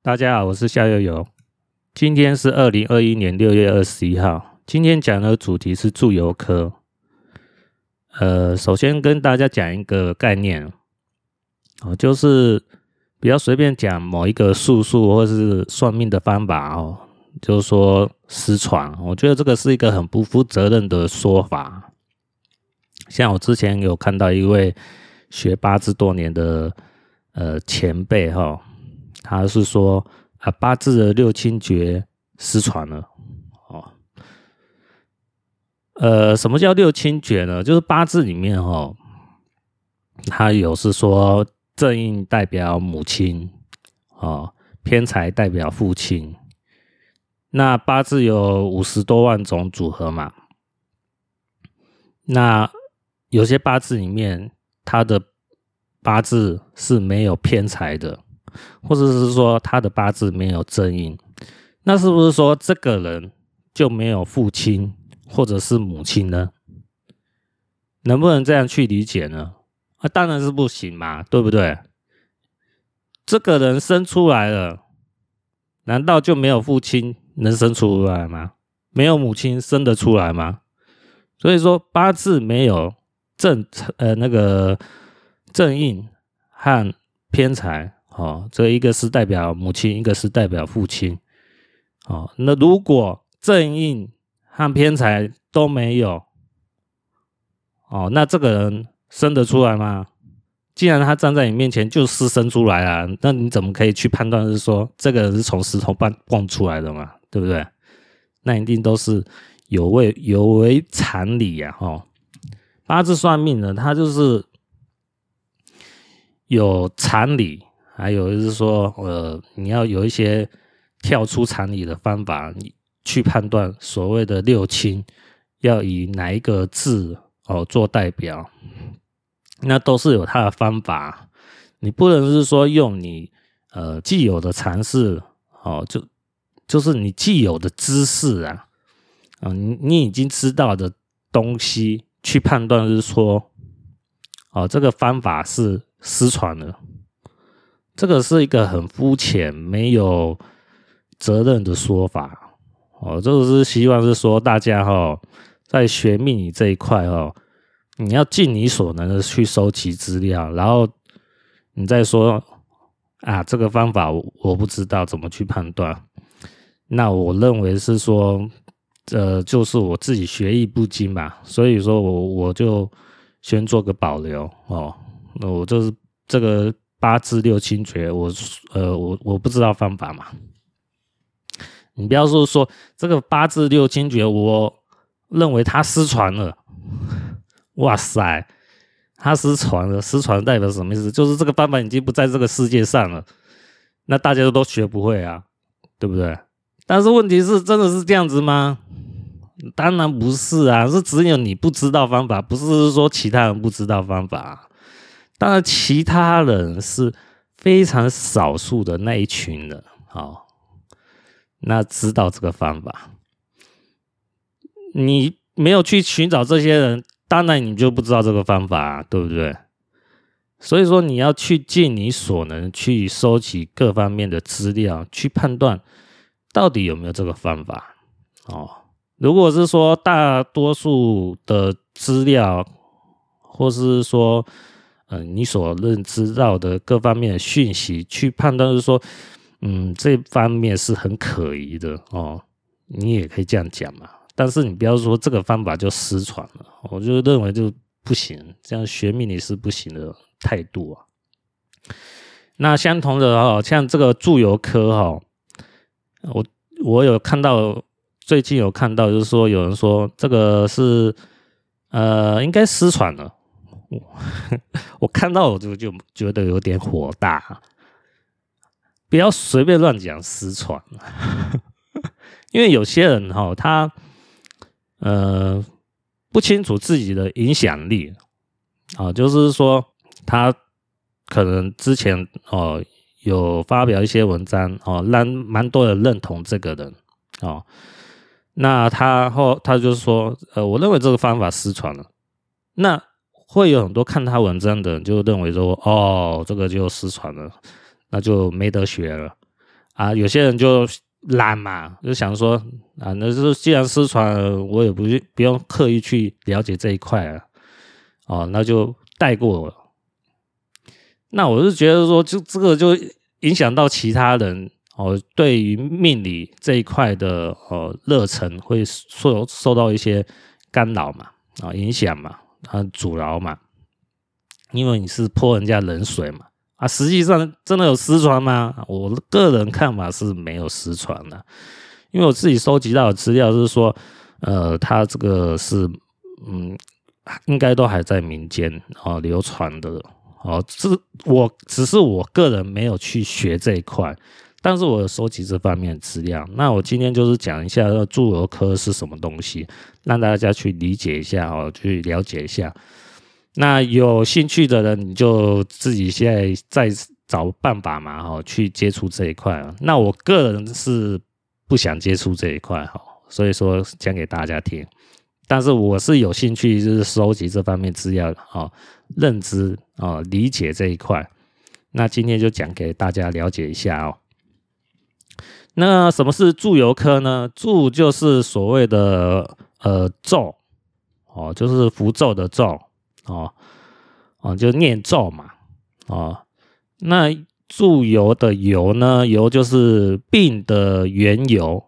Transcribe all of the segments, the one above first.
大家好，我是夏悠悠。今天是2021年6月21号。今天讲的主题是住游科。首先跟大家讲一个概念，就是不要随便讲某一个术数或是算命的方法就是说失传。我觉得这个是一个很不负责任的说法。像我之前有看到一位学八字多年的前辈他是说八字的六亲诀失传了什么叫六亲诀呢？就是八字里面它有是说正印代表母亲偏财代表父亲。那八字有50多万种组合嘛，那有些八字里面它的八字是没有偏财的，或者是说他的八字没有正印，那是不是说这个人就没有父亲或者是母亲呢？能不能这样去理解呢？当然是不行嘛，对不对？这个人生出来了，难道就没有父亲能生出来吗？没有母亲生得出来吗？所以说八字没有正印和偏财这一个是代表母亲，一个是代表父亲那如果正印和偏财都没有那这个人生得出来吗？既然他站在你面前就私生出来了，那你怎么可以去判断是说这个人是从石头蹦出来的嘛？对不对？那一定都是有违常理八字算命呢，它就是有常理，还有就是说你要有一些跳出常理的方法，你去判断所谓的六亲要以哪一个字做代表，那都是有它的方法。你不能是说用你既有的常识就是你既有的知识你已经知道的东西去判断是说这个方法是失传了。这个是一个很肤浅没有责任的说法这个是希望是说大家在学命理这一块你要尽你所能的去收集资料，然后你再说这个方法我不知道怎么去判断。那我认为是说就是我自己学艺不精嘛，所以说我就先做个保留那我就是这个八字六亲诀我不知道方法嘛。你不要说这个八字六亲诀我认为它失传了，哇塞，它失传了，失传代表什么意思？就是这个方法已经不在这个世界上了，那大家都学不会对不对？但是问题是真的是这样子吗？当然不是是只有你不知道方法，不是说其他人不知道方法当然其他人是非常少数的那一群人那知道这个方法，你没有去寻找这些人，当然你就不知道这个方法对不对？所以说你要去尽你所能去收集各方面的资料，去判断到底有没有这个方法如果是说大多数的资料，或是说你所认知到的各方面的讯息，去判断是说这方面是很可疑的你也可以这样讲嘛。但是你不要说这个方法就失传了，我就认为就不行，这样学命理是不行的态度那相同的像这个住游科我有看到，最近有看到就是说有人说这个是应该失传了我看到我就觉得有点火大不要随便乱讲失传因为有些人他不清楚自己的影响力就是说他可能之前有发表一些文章让蛮多人认同这个人那他就说我认为这个方法失传了，那会有很多看他文章的人就认为说这个就失传了，那就没得学了啊，有些人就懒嘛，就想说啊，那就是既然失传了，我也不用刻意去了解这一块了，哦，那就带过了。那我是觉得说，就这个就影响到其他人哦，对于命理这一块的热忱会受到一些干扰嘛，啊，影响嘛，阻挠嘛，因为你是泼人家冷水嘛，啊，实际上真的有失传吗？我个人看法是没有失传的，因为我自己收集到的资料是说，它这个是应该都还在民间流传的。只是我个人没有去学这一块，但是我有收集这方面的资料。那我今天就是讲一下祝由科是什么东西，让大家去理解一下去了解一下。那有兴趣的人，你就自己现在再找办法嘛，去接触这一块。那我个人是不想接触这一块，所以说讲给大家听。但是我是有兴趣，就是收集这方面资料，认知理解这一块。那今天就讲给大家了解一下哦。那什么是祝由科呢？祝就是所谓的咒就是符咒的咒就念咒嘛那祝由的由呢，由就是病的缘由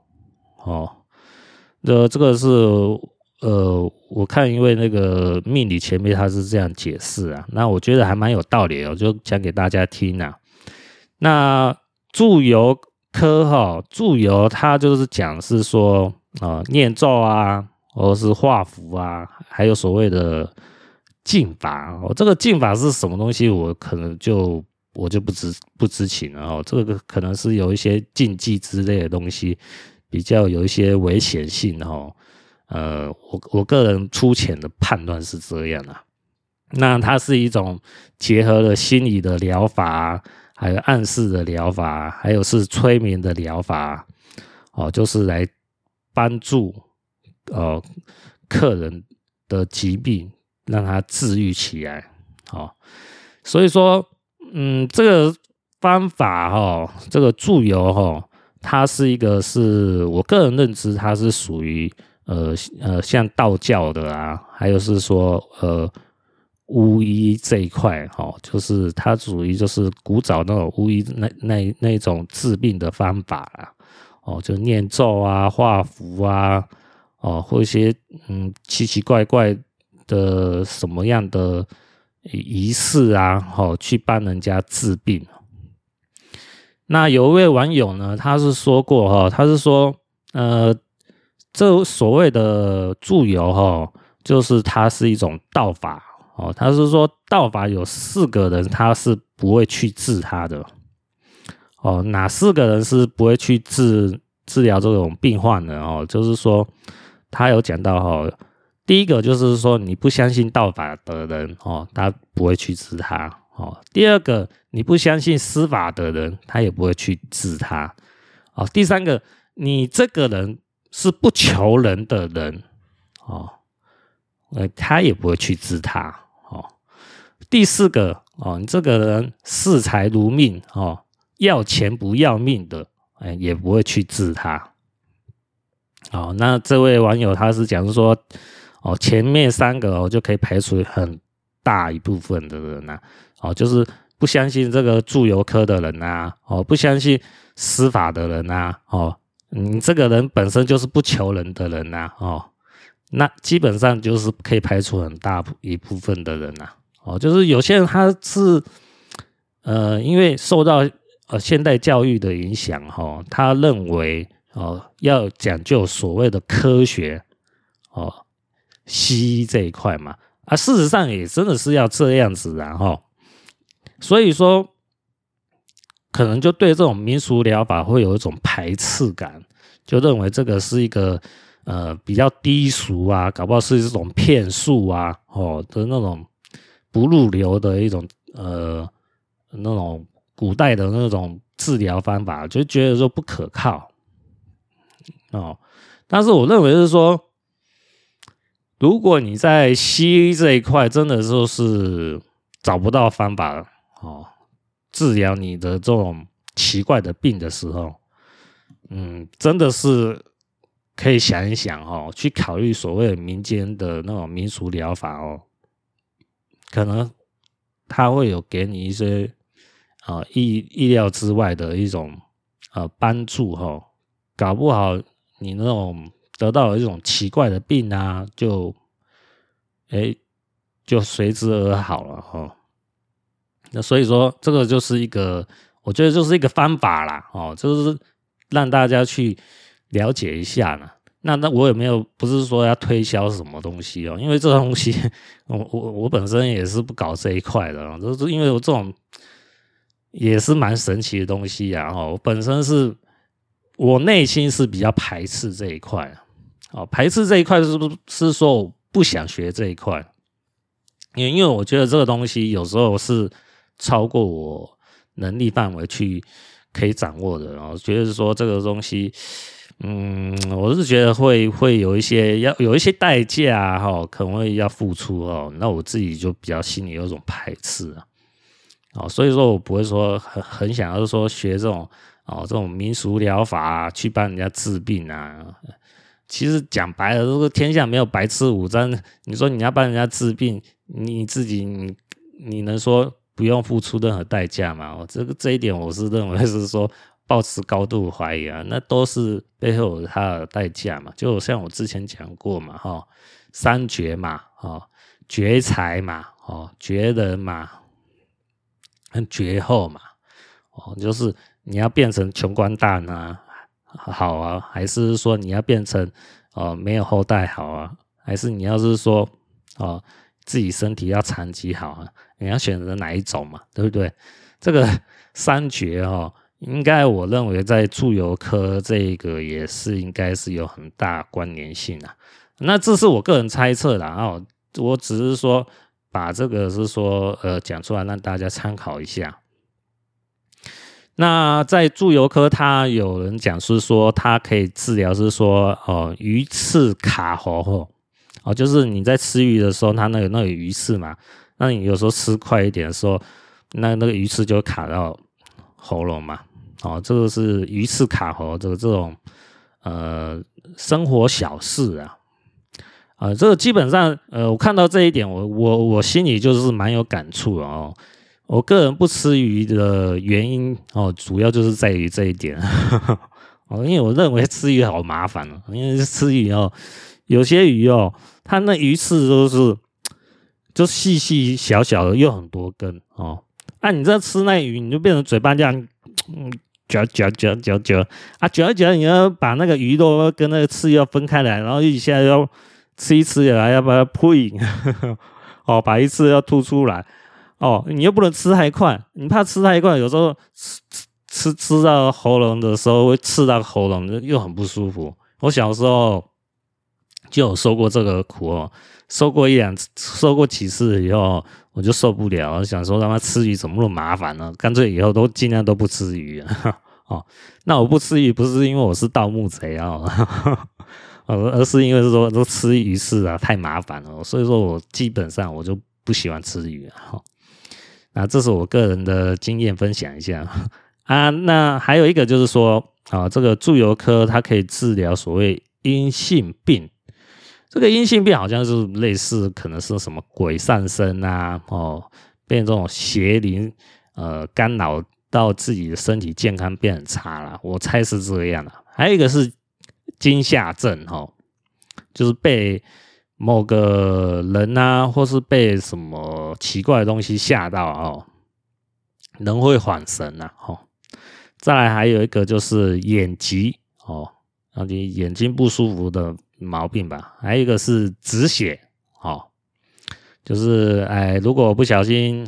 这个是我看因为那个命理前面他是这样解释啊，那我觉得还蛮有道理的，就讲给大家听啊。那祝由科祝由它就是讲是说念咒啊，或者是画符啊，还有所谓的禁法这个禁法是什么东西，我可能就不知情了这个可能是有一些禁忌之类的东西，比较有一些危险性我个人粗浅的判断是这样啊。那它是一种结合了心理的疗法还有暗示的疗法，还有是催眠的疗法就是来帮助客人的疾病让他治愈起来所以说这个方法这个祝由它是一个是我个人认知它是属于像道教的啊，还有是说巫医这一块就是它属于就是古早那种巫医那种治病的方法就念咒啊、画符啊或一些奇奇怪怪的什么样的仪式啊去帮人家治病。那有一位网友呢，他是说过他是说这所谓的祝由就是它是一种道法他是说道法有4个人他是不会去治他的哪4个人是不会去治疗这种病患的就是说他有讲到第一个就是说你不相信道法的人他不会去治他第二个你不相信司法的人他也不会去治他第三个你这个人是不求人的人他也不会去治他第4个你这个人视财如命要钱不要命的也不会去治他那这位网友他是讲说前面3个就可以排除很大一部分的人就是不相信这个祝由科的人不相信司法的人你这个人本身就是不求人的人那基本上就是可以排除很大一部分的人就是有些人他是因为受到现代教育的影响他认为要讲究所谓的科学西医这一块嘛事实上也真的是要这样子所以说可能就对这种民俗疗法会有一种排斥感，就认为这个是一个比较低俗啊，搞不好是一种骗术啊的那种不入流的一种那种古代的那种治疗方法，就觉得说不可靠但是我认为是说，如果你在西医这一块真的就是找不到方法治疗你的这种奇怪的病的时候，真的是可以想一想哦，去考虑所谓民间的那种民俗疗法哦，可能它会有给你一些意料之外的一种帮助哦，搞不好你那种得到一种奇怪的病啊，就随之而好了哦。那所以说，这个就是一个，我觉得就是一个方法啦哦，就是让大家去了解一下啦。那我也没有不是说要推销什么东西哦，因为这东西我本身也是不搞这一块的哦，就是因为我这种也是蛮神奇的东西啊哦，我本身我内心是比较排斥这一块哦，排斥这一块是说我不想学这一块，因为我觉得这个东西有时候是超过我能力范围去可以掌握的哦，觉得是说这个东西。我是觉得会有一些代价哈，可能会要付出哦。那我自己就比较心里有种排斥啊，哦，所以说我不会说很想要说学这种这种民俗疗法啊，去帮人家治病啊。其实讲白了，这个天下没有白吃午餐。你说你要帮人家治病，你自己你能说不用付出任何代价吗？这一点我是认为是说。抱持高度怀疑啊，那都是背后有它的代价嘛。就像我之前讲过嘛，三绝嘛，绝财嘛，绝人嘛，跟绝后嘛，就是你要变成穷光蛋啊，好啊，还是说你要变成没有后代好啊，还是你要是说自己身体要残疾好啊，你要选择哪一种嘛，对不对？这个三绝应该我认为在住游科这个也是应该是有很大关联性啊。那这是我个人猜测啦我只是说把这个是说讲出来让大家参考一下。那在住游科，它有人讲是说它可以治疗是说鱼刺卡喉就是你在吃鱼的时候，它那个鱼刺嘛，那你有时候吃快一点的时候，那个鱼刺就卡到喉咙嘛。这个是鱼刺卡喉这种生活小事啊，这个基本上我看到这一点，我心里就是蛮有感触的哦。我个人不吃鱼的原因主要就是在于这一点因为我认为吃鱼好麻烦因为吃鱼有些鱼它那鱼刺都是就细细小小的又很多根你这吃那鱼，你就变成嘴巴这样嚼嚼一嚼，你要把那个鱼肉跟那个刺要分开来，然后一下要吃一吃要把它扑饮把一次要吐出来你又不能吃太快，你怕吃太快，有时候吃到喉咙的时候会刺到喉咙，又很不舒服。我小时候就有受过这个苦受过几次以后，我就受不了，我想说他妈吃鱼怎么那么麻烦呢？干脆以后都尽量都不吃鱼那我不吃鱼不是因为我是盗墓贼而是因为说都吃鱼刺太麻烦了，所以说我基本上我就不喜欢吃鱼那这是我个人的经验分享一下那还有一个就是说这个住游科它可以治疗所谓阴性病。这个阴性病好像是类似可能是什么鬼上身变这种邪灵干扰到自己的身体健康变很差啦，我猜是这样啦。还有一个是惊吓症就是被某个人或是被什么奇怪的东西吓到人会恍神再来还有一个就是眼疾然后你眼睛不舒服的毛病吧，还有一个是止血就是如果不小心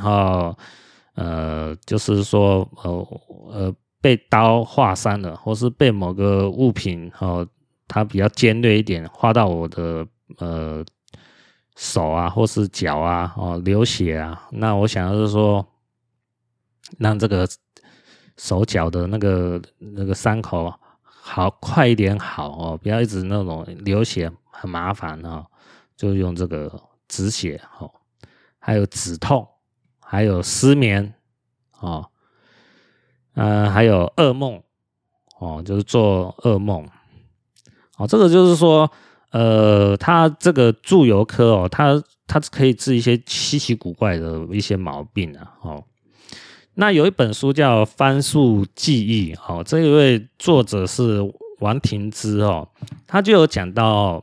就是说被刀划伤了，或是被某个物品它比较尖锐一点划到我的手或是脚流血那我想要是说让这个手脚的那个伤口好快一点好不要一直那种流血很麻烦就用这个止血还有止痛，还有失眠还有噩梦哦，就是做噩梦哦，这个就是说，它这个祝由科哦，它可以治一些稀奇古怪的一些毛病啊哦。那有一本书叫《番树记忆》哦，这一位作者是王庭之哦，他就有讲到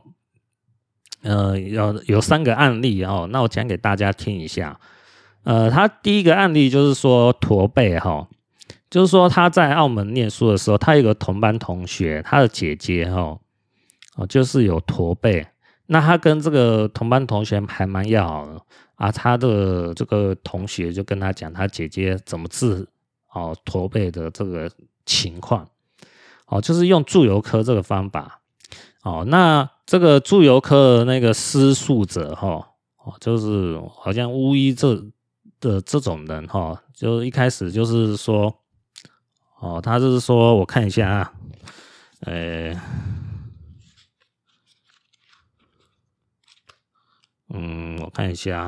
有3个案例哦，那我讲给大家听一下。他第一个案例就是说驼背哈，就是说他在澳门念书的时候，他有一个同班同学，他的姐姐就是有驼背，那他跟这个同班同学还蛮要好的啊，他的这个同学就跟他讲他姐姐怎么治驼背的这个情况，就是用祝由科这个方法。那这个祝由科的那个施术者就是好像巫医这种人就一开始就是说他就是说我看一下啊，我看一下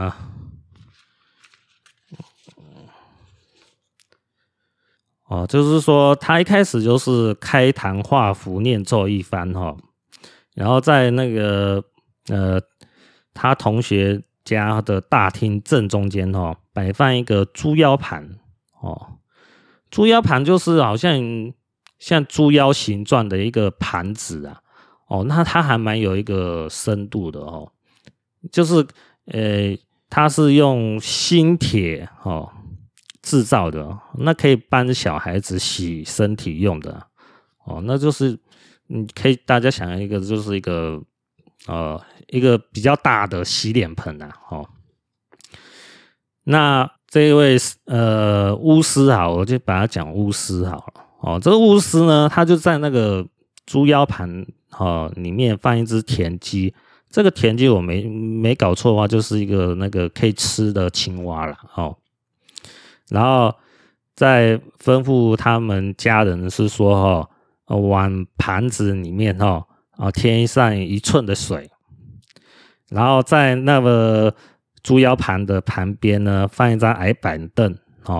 啊，就是说他一开始就是开坛画符念咒一番然后在那个他同学家的大厅正中间摆放一个猪腰盘猪腰盘就是好像猪腰形状的一个盘子啊那它还蛮有一个深度的就是它是用锌铁制造的，那可以帮小孩子洗身体用的那就是可以大家想一个就是一个比较大的洗脸盆那这一位巫师我就把它讲巫师好了这个巫师呢，他就在那个猪腰盘里面放一只田鸡，这个田鸡我没搞错的话，就是一个那个可以吃的青蛙啦然后再吩咐他们家人是说往盘子里面添上1寸的水，然后在那个猪腰盘的旁边呢放一张矮板凳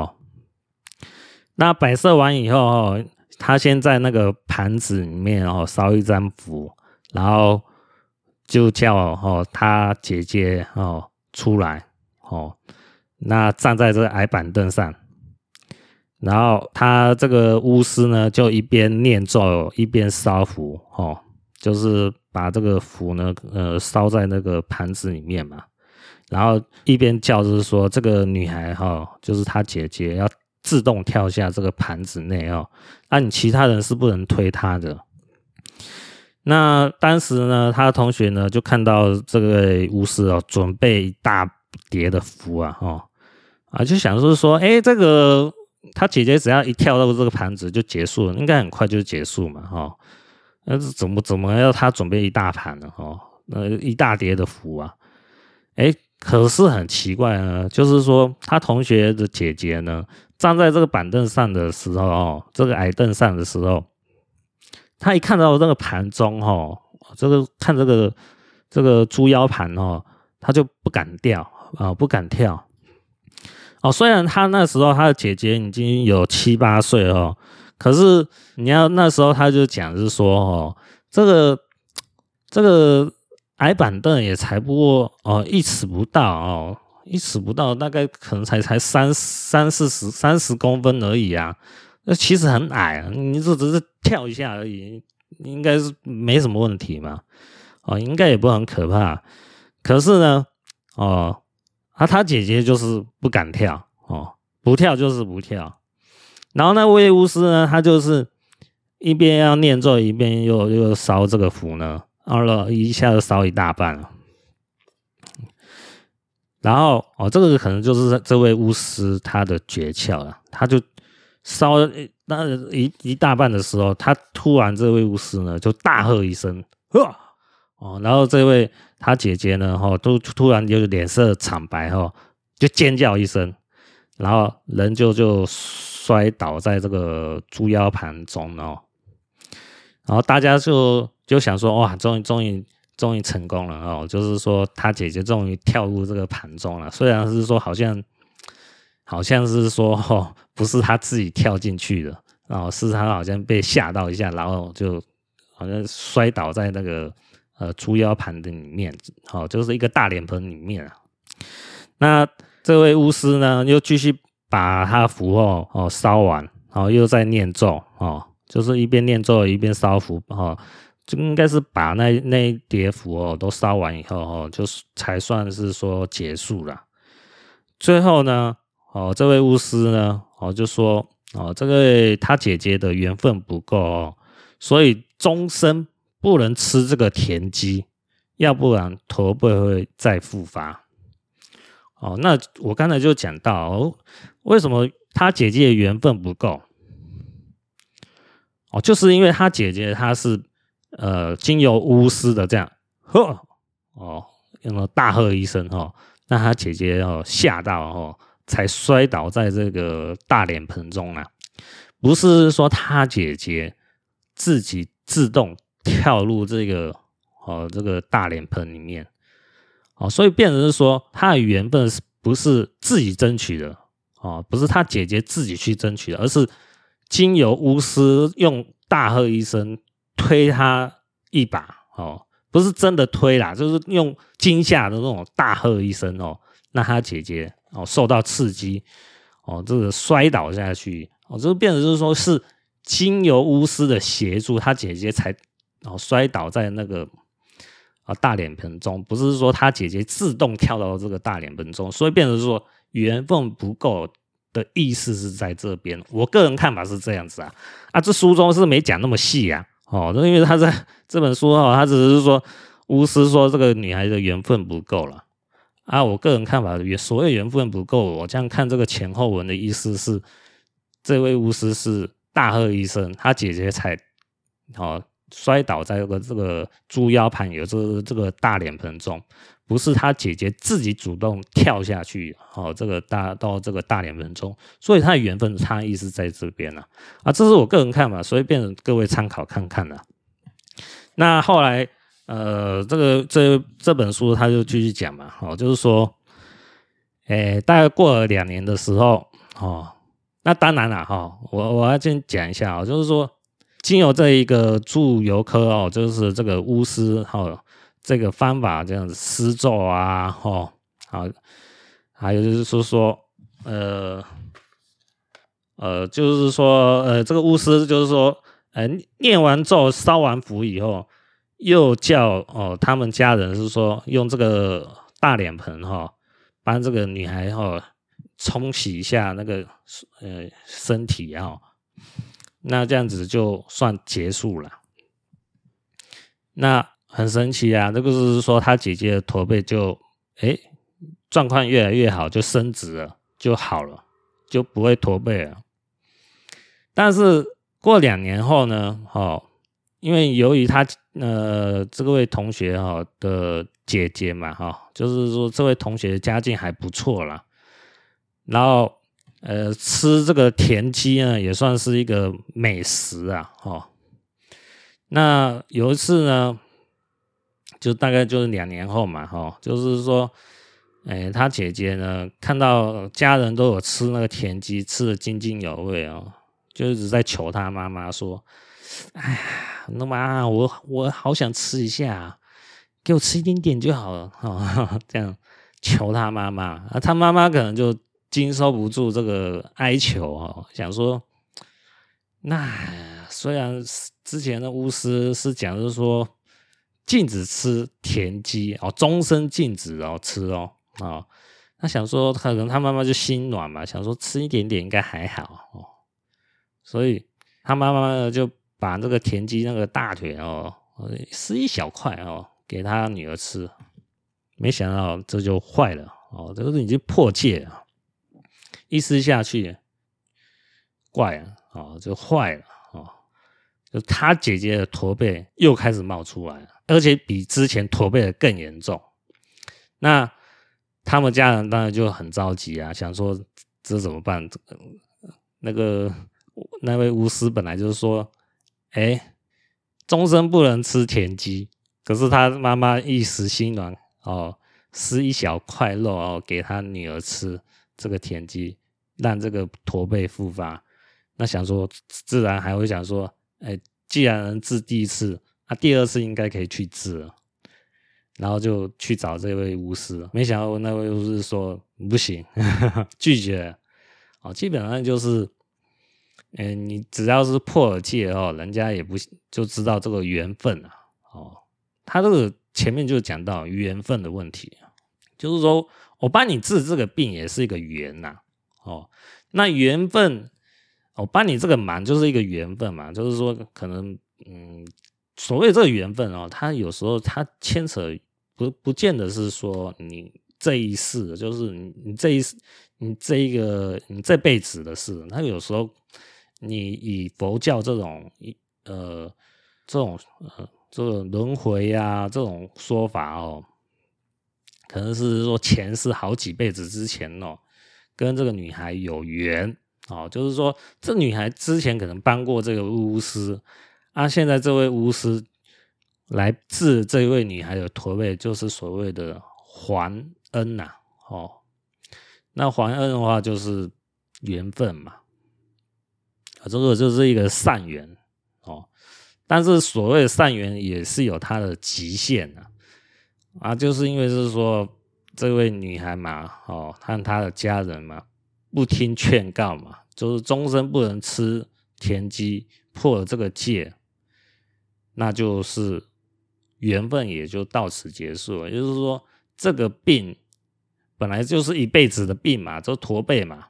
那摆设完以后他先在那个盘子里面烧一张符，然后就叫他姐姐出来那站在这个矮板凳上，然后他这个巫师呢就一边念咒一边烧符就是把这个符呢烧在那个盘子里面嘛，然后一边叫就是说这个女孩就是他姐姐要自动跳下这个盘子内那你其他人是不能推她的。那当时呢他的同学呢就看到这个巫师准备一大叠的符就想说这个他姐姐只要一跳到这个盘子就结束了，应该很快就结束嘛那怎么要他准备一大盘呢一大叠的符可是很奇怪呢，就是说他同学的姐姐呢站在这个板凳上的时候这个矮凳上的时候，他一看到这个盘中看这个猪腰盘他就不敢跳虽然他那时候他的姐姐已经有7、8岁可是你要那时候他就讲是说这个矮板凳也才不过1尺不到1尺不到，大概可能才30公分而已啊，那其实很矮啊，你这只是跳一下而已，应该是没什么问题嘛应该也不很可怕。可是呢他姐姐就是不敢跳不跳就是不跳。然后那位巫师呢，他就是一边要念咒一边又烧这个符呢，一下就烧一大半了。然后这个可能就是这位巫师他的诀窍了，他就烧那一大半的时候，他突然这位巫师呢就大喝一声然后这位他姐姐呢都突然就脸色惨白就尖叫一声，然后人就摔倒在这个猪腰盘中然后大家就想说哇，终于成功了就是说他姐姐终于跳入这个盘中了，虽然是说好像是说不是他自己跳进去的，是他好像被吓到一下，然后就好像摔倒在那个猪腰盘的里面，就是一个大脸盆里面啊。那这位巫师呢，又继续把他符烧完，又在念咒就是一边念咒一边烧符就应该是把那一叠符都烧完以后就是才算是说结束了。最后呢这位巫师呢就说这个他姐姐的缘分不够所以终身不能吃这个田鸡，要不然驼背会再复发。那我刚才就讲到为什么他姐姐的缘分不够就是因为他姐姐她是经由巫师的这样用了大喝一声让他姐姐吓到才摔倒在这个大脸盆中啊，不是说他姐姐自己自动跳入这个大脸盆里面所以变成是说他的缘分不是自己争取的不是他姐姐自己去争取的，而是经由巫师用大喝一声推他一把不是真的推啦，就是用惊吓的那种大喝一声让他姐姐受到刺激这个摔倒下去这变成就是说是经由巫师的协助，他姐姐才摔倒在那个大脸盆中，不是说他姐姐自动跳到这个大脸盆中，所以变成说缘分不够的意思是在这边。我个人看法是这样子这书中是没讲那么细因为他在这本书他只是说巫师说这个女孩的缘分不够了我个人看法所谓缘分不够，我这样看这个前后文的意思是，这位巫师是大喝一声，他姐姐才摔倒在这个猪腰盘有这个大脸盆中，不是他姐姐自己主动跳下去到这个大脸盆中，所以他的缘分差异是在这边这是我个人看法，所以变成各位参考看看那后来这本书他就继续讲嘛就是说大概过了2年的时候那当然啦我要先讲一下就是说经由这一个祝由科就是这个巫师这个方法这样子施咒还有就是说就是说这个巫师就是说念完咒烧完符以后，又叫他们家人是说用这个大脸盆帮这个女孩冲洗一下那个身体那这样子就算结束了。那很神奇这个是说他姐姐的驼背就状况越来越好，就升值了，就好了，就不会驼背了。但是过2年后呢因为由于他这位同学的姐姐嘛就是说这位同学的家境还不错啦，然后吃这个田鸡呢也算是一个美食那有一次呢就大概就是2年后嘛就是说他姐姐呢看到家人都有吃那个田鸡，吃得津津有味就一直在求他妈妈说那妈我好想吃一下给我吃一点点就好了这样求他妈妈他妈妈可能就经受不住这个哀求想说那虽然之前的巫师是讲就是说禁止吃田鸡终身禁止吃那想说可能他妈妈就心软嘛，想说吃一点点应该还好所以他妈妈呢就把这个田鸡那个大腿撕一小块给他女儿吃，没想到这就坏了这个已经破戒了，一撕下去怪就坏了就他姐姐的驼背又开始冒出来了，而且比之前驼背的更严重。那他们家人当然就很着急想说这怎么办？那位巫师本来就是说终身不能吃田鸡，可是他妈妈一时心软撕一小块肉给他女儿吃这个田鸡， 让这个驼背复发。那想说自然还会想说，既然能治第一次，那第二次应该可以去治了。然后就去找这位巫师，没想到那位巫师说不行，拒绝了。基本上就是，你只要是破了戒人家也不就知道这个缘分啊。他这个前面就讲到缘分的问题，就是说我帮你治这个病也是一个缘呐。那缘分，我帮你这个忙就是一个缘分嘛，就是说可能所谓这个缘分它有时候它牵扯不见得是说你这一世，就是你这辈子的事。它有时候你以佛教这种轮回啊这种说法可能是说前世好几辈子之前跟这个女孩有缘就是说这女孩之前可能帮过这个巫师现在这位巫师来治这位女孩的驼背，就是所谓的还恩呐。那还恩的话就是缘分嘛，这个就是一个善缘但是所谓的善缘也是有它的极限就是因为是说这位女孩嘛和她的家人嘛不听劝告嘛，就是终身不能吃田鸡，破了这个戒，那就是缘分也就到此结束了。也就是说这个病本来就是一辈子的病嘛，就驼背嘛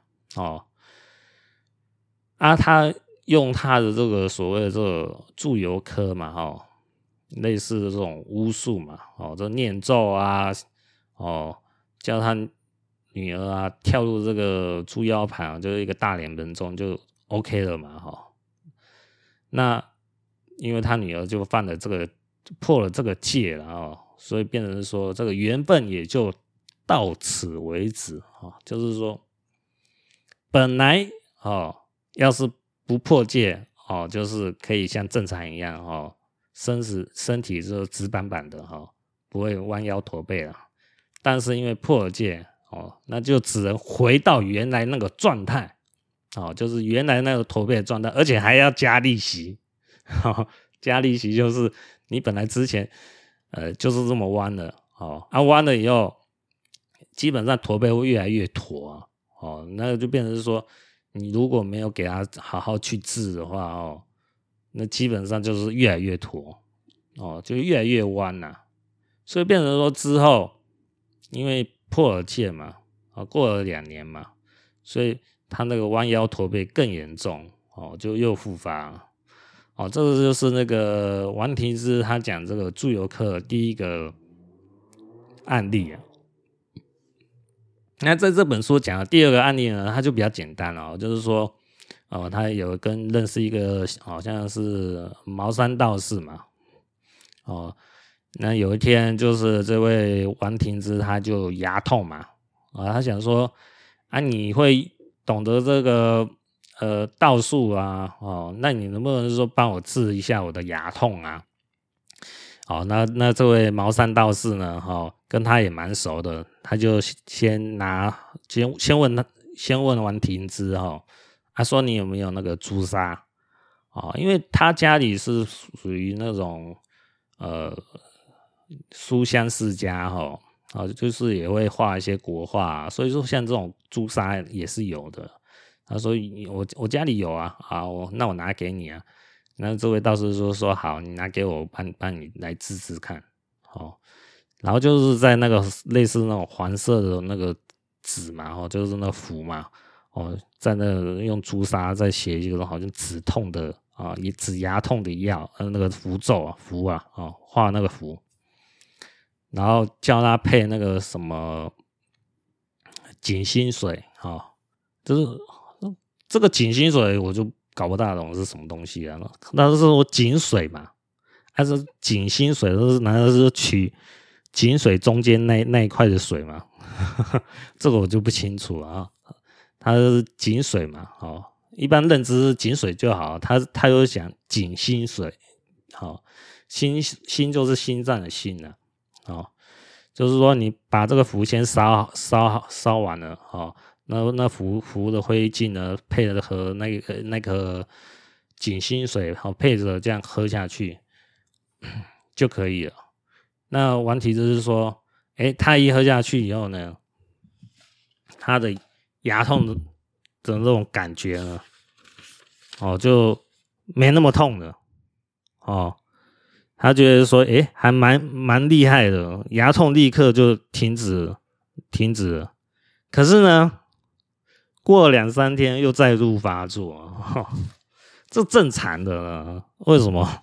他用他的这个所谓的这个祝由科嘛类似的这种巫术嘛这念咒啊叫他女儿跳入这个猪腰盘就是一个大脸盆中就 OK 了嘛那因为他女儿就犯了这个破了这个戒了所以变成说这个缘分也就到此为止就是说本来要是不破戒就是可以像正常一样身体就直板板的不会弯腰驼背了。但是因为破了戒那就只能回到原来那个状态就是原来那个驼背的状态，而且还要加利息加利息就是你本来之前就是这么弯的弯了以后基本上驼背会越来越驼那就变成是说你如果没有给他好好去治的话那基本上就是越来越驼就越来越弯所以变成说之后因为破了戒嘛过了2年嘛，所以他那个弯腰驼背更严重就又复发这个就是那个王提之他讲这个祝由科第一个案例那在这本书讲的第二个案例呢，它就比较简单就是说他有认识一个好像是茅山道士嘛那有一天就是这位王廷之他就牙痛嘛他想说你会懂得这个道术那你能不能说帮我治一下我的牙痛那这位茅山道士呢跟他也蛮熟的，他就先问王廷之他说你有没有那个朱砂因为他家里是属于那种书香世家就是也会画一些国画所以说像这种朱砂也是有的。他说我家里有那我拿给你那这位道士说好，你拿给我帮你来治治看然后就是在那个类似那种黄色的那个纸嘛就是那符嘛在那用朱砂再写一个好像止痛的止牙痛的药那个符咒符画那个符，然后叫他配那个什么紧心水就是这个紧心水我就搞不大懂是什么东西那是说井水嘛还是紧心水难道是取井水中间那一块的水吗这个我就不清楚了它是井水嘛一般认知是井水就好，他又讲紧心水心就是心脏的心就是说你把这个符先烧完了那符的灰烬呢，配了和那个紧心水，好配着这样喝下去就可以了。那顽提就是说，他一喝下去以后呢，他的牙痛的这种感觉呢，就没那么痛了。他觉得说，还蛮厉害的，牙痛立刻就停止了。可是呢，过了2-3天又再度发作，这正常的了。为什么？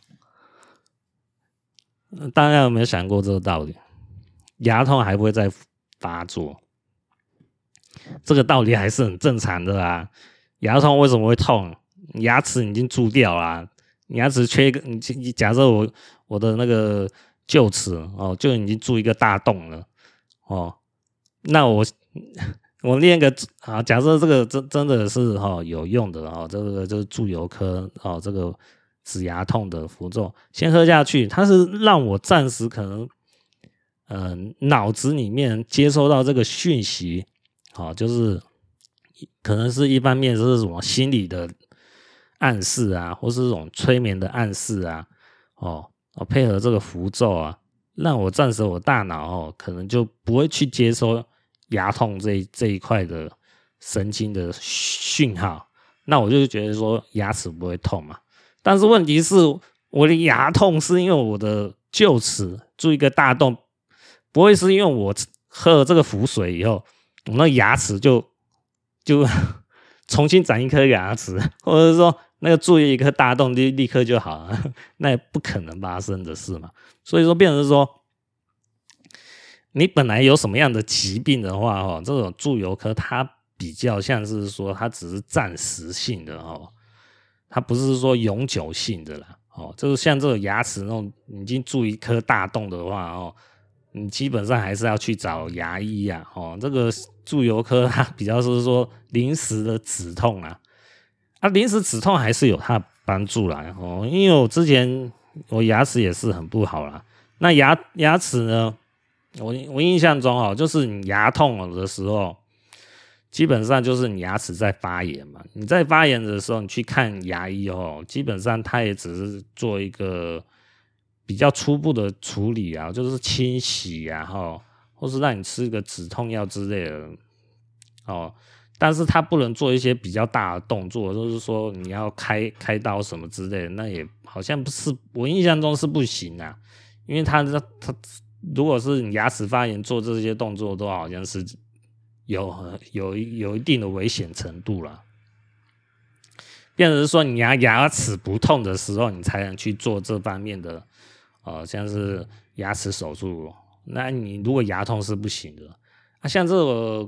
大家有没有想过这个道理？牙痛还不会再发作，这个道理还是很正常的啊。牙痛为什么会痛？牙齿已经蛀掉啦，牙齿缺一个，你假设我的那个臼齿就已经蛀一个大洞了那我练个假设这个真的是有用的这个就是蛀油科这个止牙痛的符咒，先喝下去，它是让我暂时可能脑子里面接收到这个讯息，就是可能是一方面是什么心理的暗示啊，或是这种催眠的暗示啊，配合这个符咒啊，让我暂时我大脑可能就不会去接收牙痛这一块的神经的讯号，那我就觉得说牙齿不会痛嘛。但是问题是我的牙痛是因为我的臼齿蛀一个大洞，不会是因为我喝了这个符水以后，我那牙齿就重新长一颗牙齿，或者是说那个蛀一颗大洞立刻就好了，那也不可能发生的事嘛。所以说变成是说，你本来有什么样的疾病的话这种蛀油科它比较像是说它只是暂时性的它不是说永久性的啦就是像这个牙齿那种已经蛀一颗大洞的话你基本上还是要去找牙医啊这个蛀油科它比较是说临时的止痛临时止痛还是有它的帮助啦因为我之前我牙齿也是很不好啦，那牙齿呢，我印象中就是你牙痛的时候，基本上就是你牙齿在发炎嘛，你在发炎的时候你去看牙医基本上他也只是做一个比较初步的处理啊，就是清洗或是让你吃个止痛药之类的但是他不能做一些比较大的动作，就是说你要开刀什么之类的，那也好像不是，我印象中是不行啊，因为他如果是你牙齿发炎做这些动作，都好像是有一定的危险程度啦。变成是说你牙齿不痛的时候，你才能去做这方面的像是牙齿手术。那你如果牙痛是不行的像这个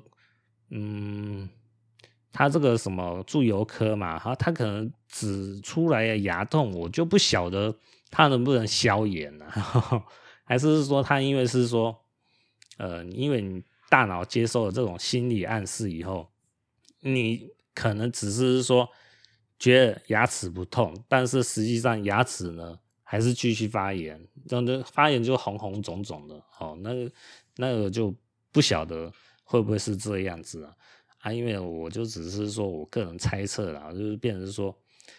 他这个什么蛀油科嘛，他可能指出来的牙痛，我就不晓得他能不能消炎还是说他因为是说因为你大脑接受了这种心理暗示以后，你可能只是说觉得牙齿不痛，但是实际上牙齿呢还是继续发炎，这样的发炎就红红肿肿的那个就不晓得会不会是这样子因为我就只是说我个人猜测啦，就是变成说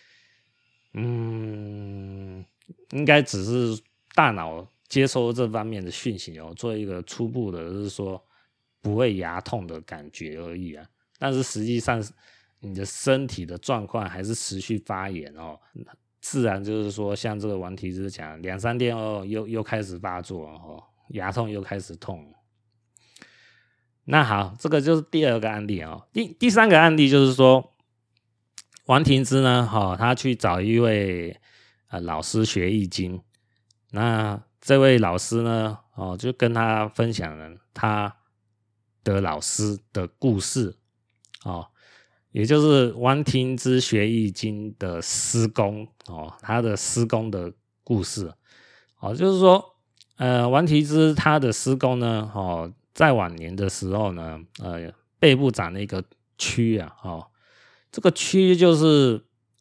应该只是大脑接收这方面的讯息做一个初步的就是说不会牙痛的感觉而已但是实际上你的身体的状况还是持续发炎自然就是说像这个顽提之讲2-3天又开始发作牙痛又开始痛。那好，这个就是第2个案例第3个案例就是说王庭之呢他去找一位老师学易经，那这位老师呢就跟他分享了他的老师的故事也就是王庭之学易经的师公他的师公的故事就是说王庭之他的师公呢在晚年的时候呢背部长了一个蛆这个蛆就是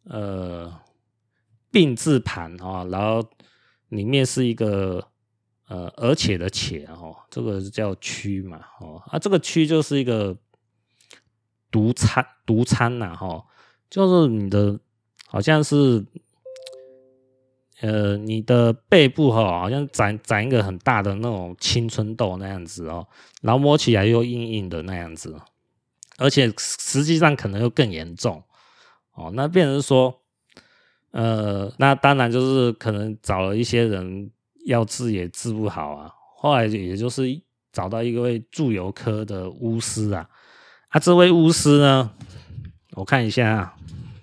病字旁然后里面是一个而且的且这个叫蛆嘛这个蛆就是一个毒餐呐，就是你的好像是你的背部好像长一个很大的那种青春痘那样子然后摸起来又硬硬的那样子，而且实际上可能又更严重那变成说那当然就是可能找了一些人要治也治不好啊，后来也就是找到一位祝由科的巫师啊，这位巫师呢，我看一下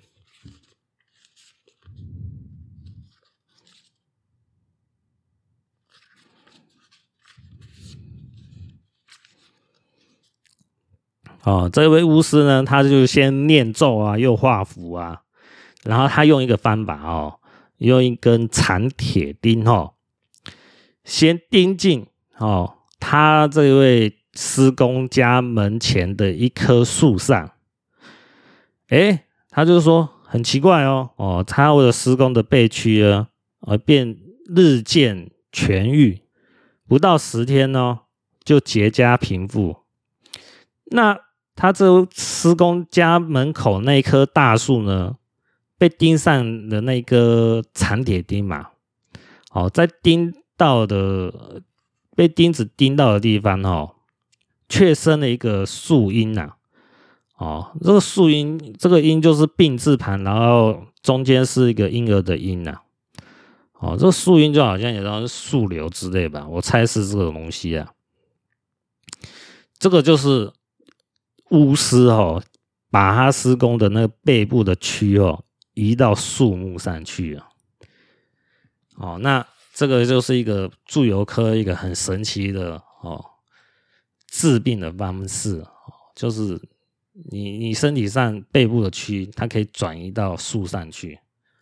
这位巫师呢，他就先念咒啊，又画符啊，然后他用一个方法用一根长铁钉先钉进他这位施工家门前的一棵树上。他就说很奇怪他为了施工的背区呢，便日渐痊愈，不到10天就结痂平复。那他这施工家门口那棵大树呢，被钉上的那个长铁钉嘛，在被钉子钉到的地方却生了一个树荫啊。这个树荫，这个荫就是病字旁，然后中间是一个婴儿的婴啊。这个树荫就好像也是树瘤之类吧，我猜是这个东西啊。这个就是巫师把他施工的那个背部的蛆移到树木上去了。那这个就是一个祝由科一个很神奇的治病的方式，就是你身体上背部的蛆，它可以转移到树上去，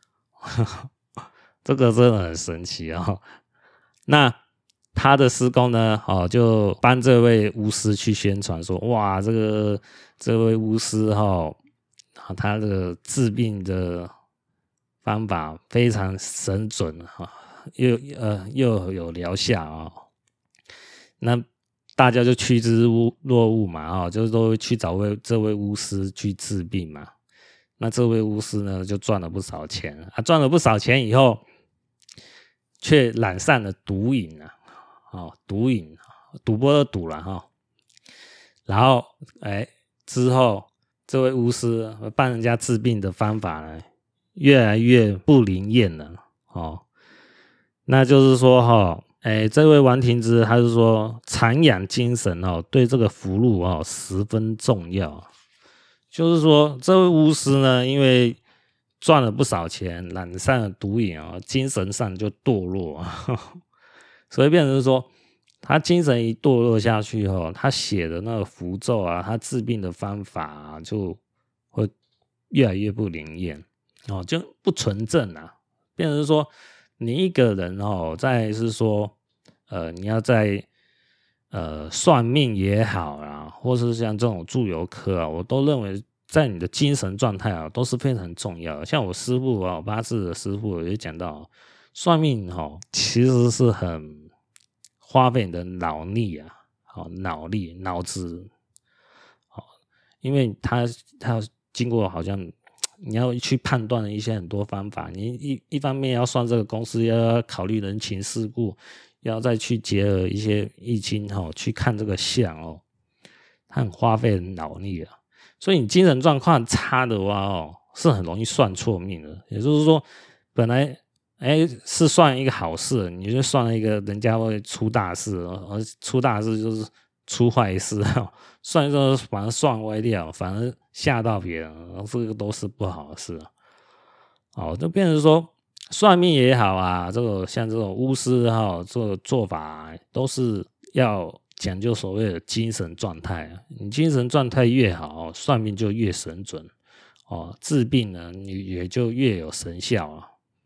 这个真的很神奇那他的施工呢，就帮这位巫师去宣传说，哇，这位巫师他的治病的方法非常神准又有疗效那大家就趋之若鹜嘛就是都去找这位巫师去治病嘛。那这位巫师呢，就赚了不少钱赚了不少钱以后，却染上了毒瘾毒瘾，赌博的赌啦然后之后这位巫师帮人家治病的方法呢，越来越不灵验了那就是说这位王庭之他是说长养精神对这个福禄十分重要。就是说这位巫师呢，因为赚了不少钱，染上了毒瘾精神上就堕落所以变成说他精神一堕落下去他写的那个符咒他治病的方法就会越来越不灵验就不纯正变成说你一个人再是说你要在算命也好或是像这种祝由科我都认为在你的精神状态都是非常重要的。像我师父八字的师父也讲到算命其实是很花费你的脑力脑子因为他经过好像你要去判断一些很多方法，你一方面要算这个公司，要考虑人情世故，要再去结合一些易经去看这个相它很花费脑力所以你精神状况差的话是很容易算错命的。也就是说本来是算一个好事，你就算了一个人家会出大事而出大事就是出坏事算一算反而算歪掉，反而吓到别人这个都是不好的事就变成说算命也好这个像这种巫师这个做法都是要讲究所谓的精神状态你精神状态越好算命就越神准治病呢你也就越有神效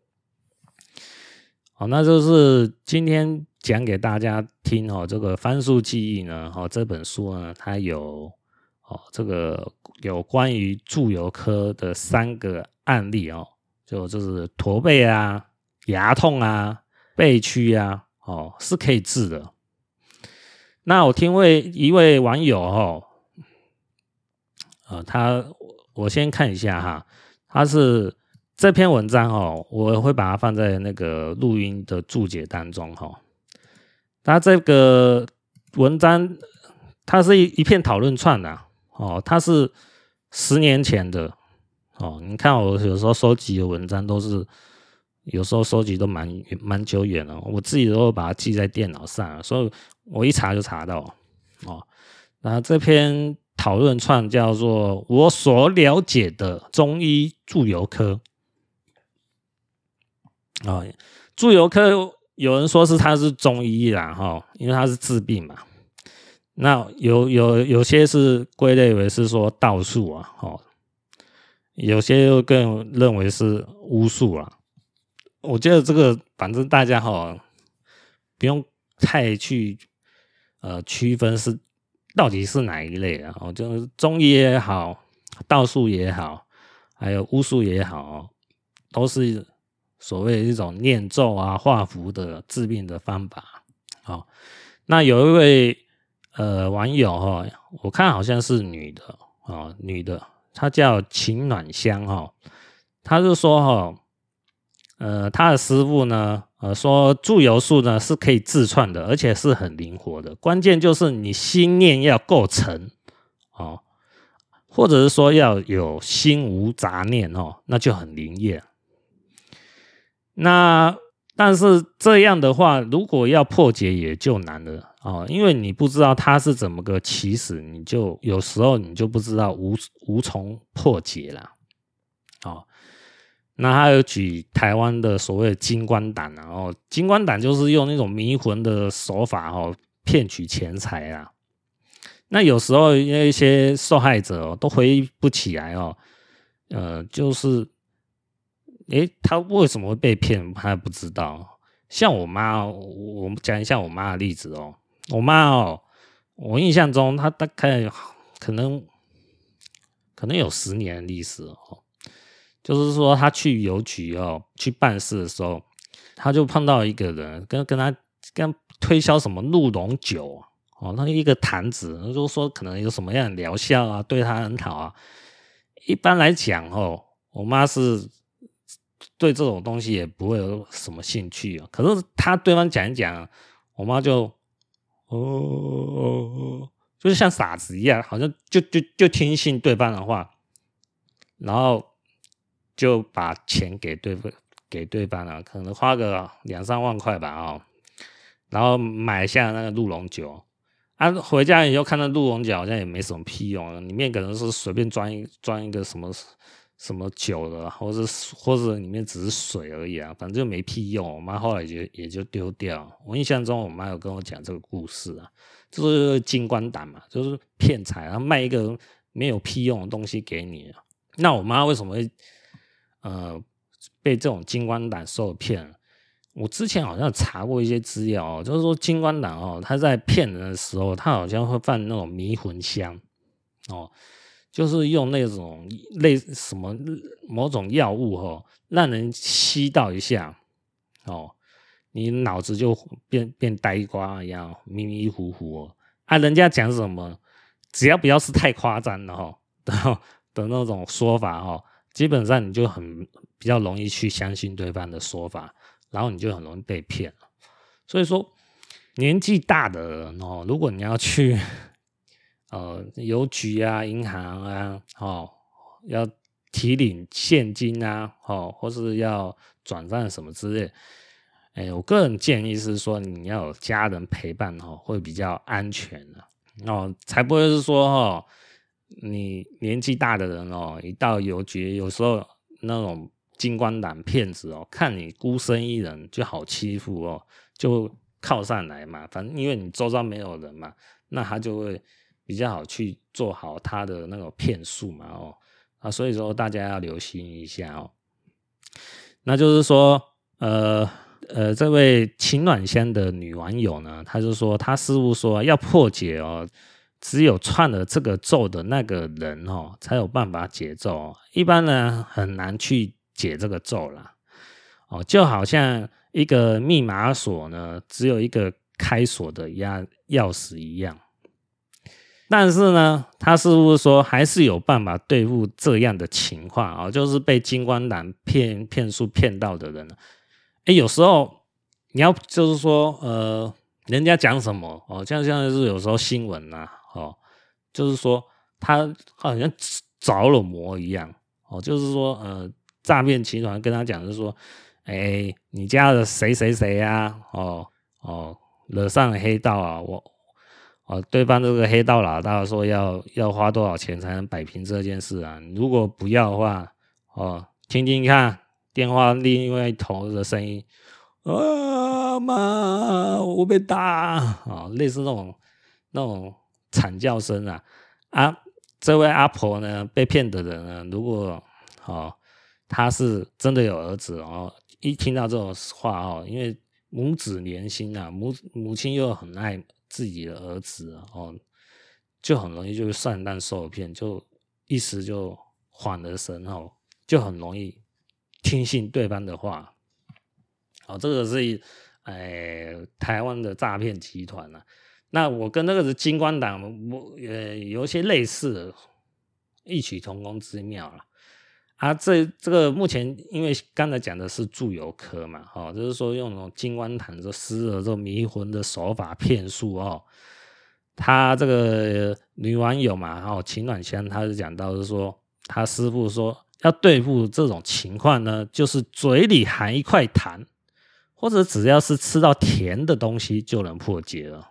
那就是今天讲给大家听这个番数记忆呢这本书呢它有这个有关于祝由科的3个案例就是驼背牙痛背屈是可以治的。那我听一位网友我先看一下哈，它是这篇文章哦，我会把它放在那个录音的注解当中哈。它这个文章，它是一片讨论串的哦，它是10年前的哦。你看我有时候收集的文章都是，有时候收集都蛮久远了，我自己都会把它记在电脑上，所以我一查就查到哦。那这篇讨论串叫做我所了解的中医祝由科哦，祝由科有人说它是中医啦哈，因为它是治病嘛。那有些是归类为是说道术啊，有些又更认为是巫术啊。我觉得这个反正大家不用太去区分是到底是哪一类啊，就是中医也好，道术也好，还有巫术也好，都是所谓的一种念咒啊、画符的治病的方法。那有一位网友我看好像是女的，她叫秦暖香她就说她的师傅呢说祝由术呢是可以自创的，而且是很灵活的，关键就是你心念要够诚或者是说要有心无杂念那就很灵验。但是这样的话，如果要破解也就难了因为你不知道它是怎么个起始，有时候你就不知道无从破解啦那还有举台湾的所谓的金光党金光党就是用那种迷魂的手法骗取钱财啦。那有时候一些受害者都回忆不起来就是他为什么会被骗，他也不知道。像我妈我讲一下我妈的例子我妈我印象中她大概可能有10年的历史就是说她去邮局去办事的时候，她就碰到一个人跟她推销什么鹿茸酒那一个坛子，就说可能有什么样的疗效啊，对她很好啊。一般来讲我妈是对这种东西也不会有什么兴趣可是他对方讲一讲，我妈就就是像傻子一样，好像就听信对方的话，然后就把钱给对方了，可能花个2-3万块吧然后买下那个鹿茸酒回家以后看到鹿茸酒好像也没什么屁用，里面可能是随便装一个什么酒的，或者里面只是水而已反正就没屁用。我妈后来也就丢掉。我印象中我妈有跟我讲这个故事就是金光党嘛，就是骗财，然后卖一个没有屁用的东西给你那我妈为什么会被这种金光党受骗？我之前好像查过一些资料就是说金光党他在骗人的时候，他好像会放那种迷魂香就是用那种类什么某种药物让人吸到一下你脑子就变呆瓜一样，迷迷糊糊人家讲什么，只要不要是太夸张的的那种说法基本上你就比较容易去相信对方的说法，然后你就很容易被骗所以说年纪大的人如果你要去邮局啊、银行啊要提领现金或是要转账什么之类我个人建议是说你要有家人陪伴会比较安全才不会是说你年纪大的人一到邮局，有时候那种金光党骗子看你孤身一人就好欺负就靠上来嘛，反正因为你周遭没有人嘛，那他就会比较好去做好他的那种骗术嘛所以说大家要留心一下那就是说这位秦暖香的女网友呢，她就说她师父说要破解只有串了这个咒的那个人才有办法解咒一般人很难去解这个咒啦就好像一个密码锁呢只有一个开锁的钥匙一样但是呢，他似乎说还是有办法对付这样的情况就是被金光党骗术骗到的人有时候你要就是说人家讲什么像是有时候新闻就是说他好像着了魔一样就是说诈骗集团跟他讲就是说，你家的谁谁谁啊惹上了黑道对方这个黑道老大说要花多少钱才能摆平这件事啊？如果不要的话听听看电话另外一头的声音，妈，我被打类似那种惨叫声这位阿婆呢被骗的人呢，如果他是真的有儿子一听到这种话因为母子连心母亲又很爱自己的儿子就很容易就是上当受骗，就一时就缓了神就很容易听信对方的话这个是台湾的诈骗集团那我跟那个是金光党有一些类似的异曲同工之妙这个目前因为刚才讲的是住友科嘛就是说用那种金光党这施了这种迷魂的手法骗术他这个女网友嘛秦暖香他是讲到是说他师父说要对付这种情况呢，就是嘴里含一块糖或者只要是吃到甜的东西就能破解了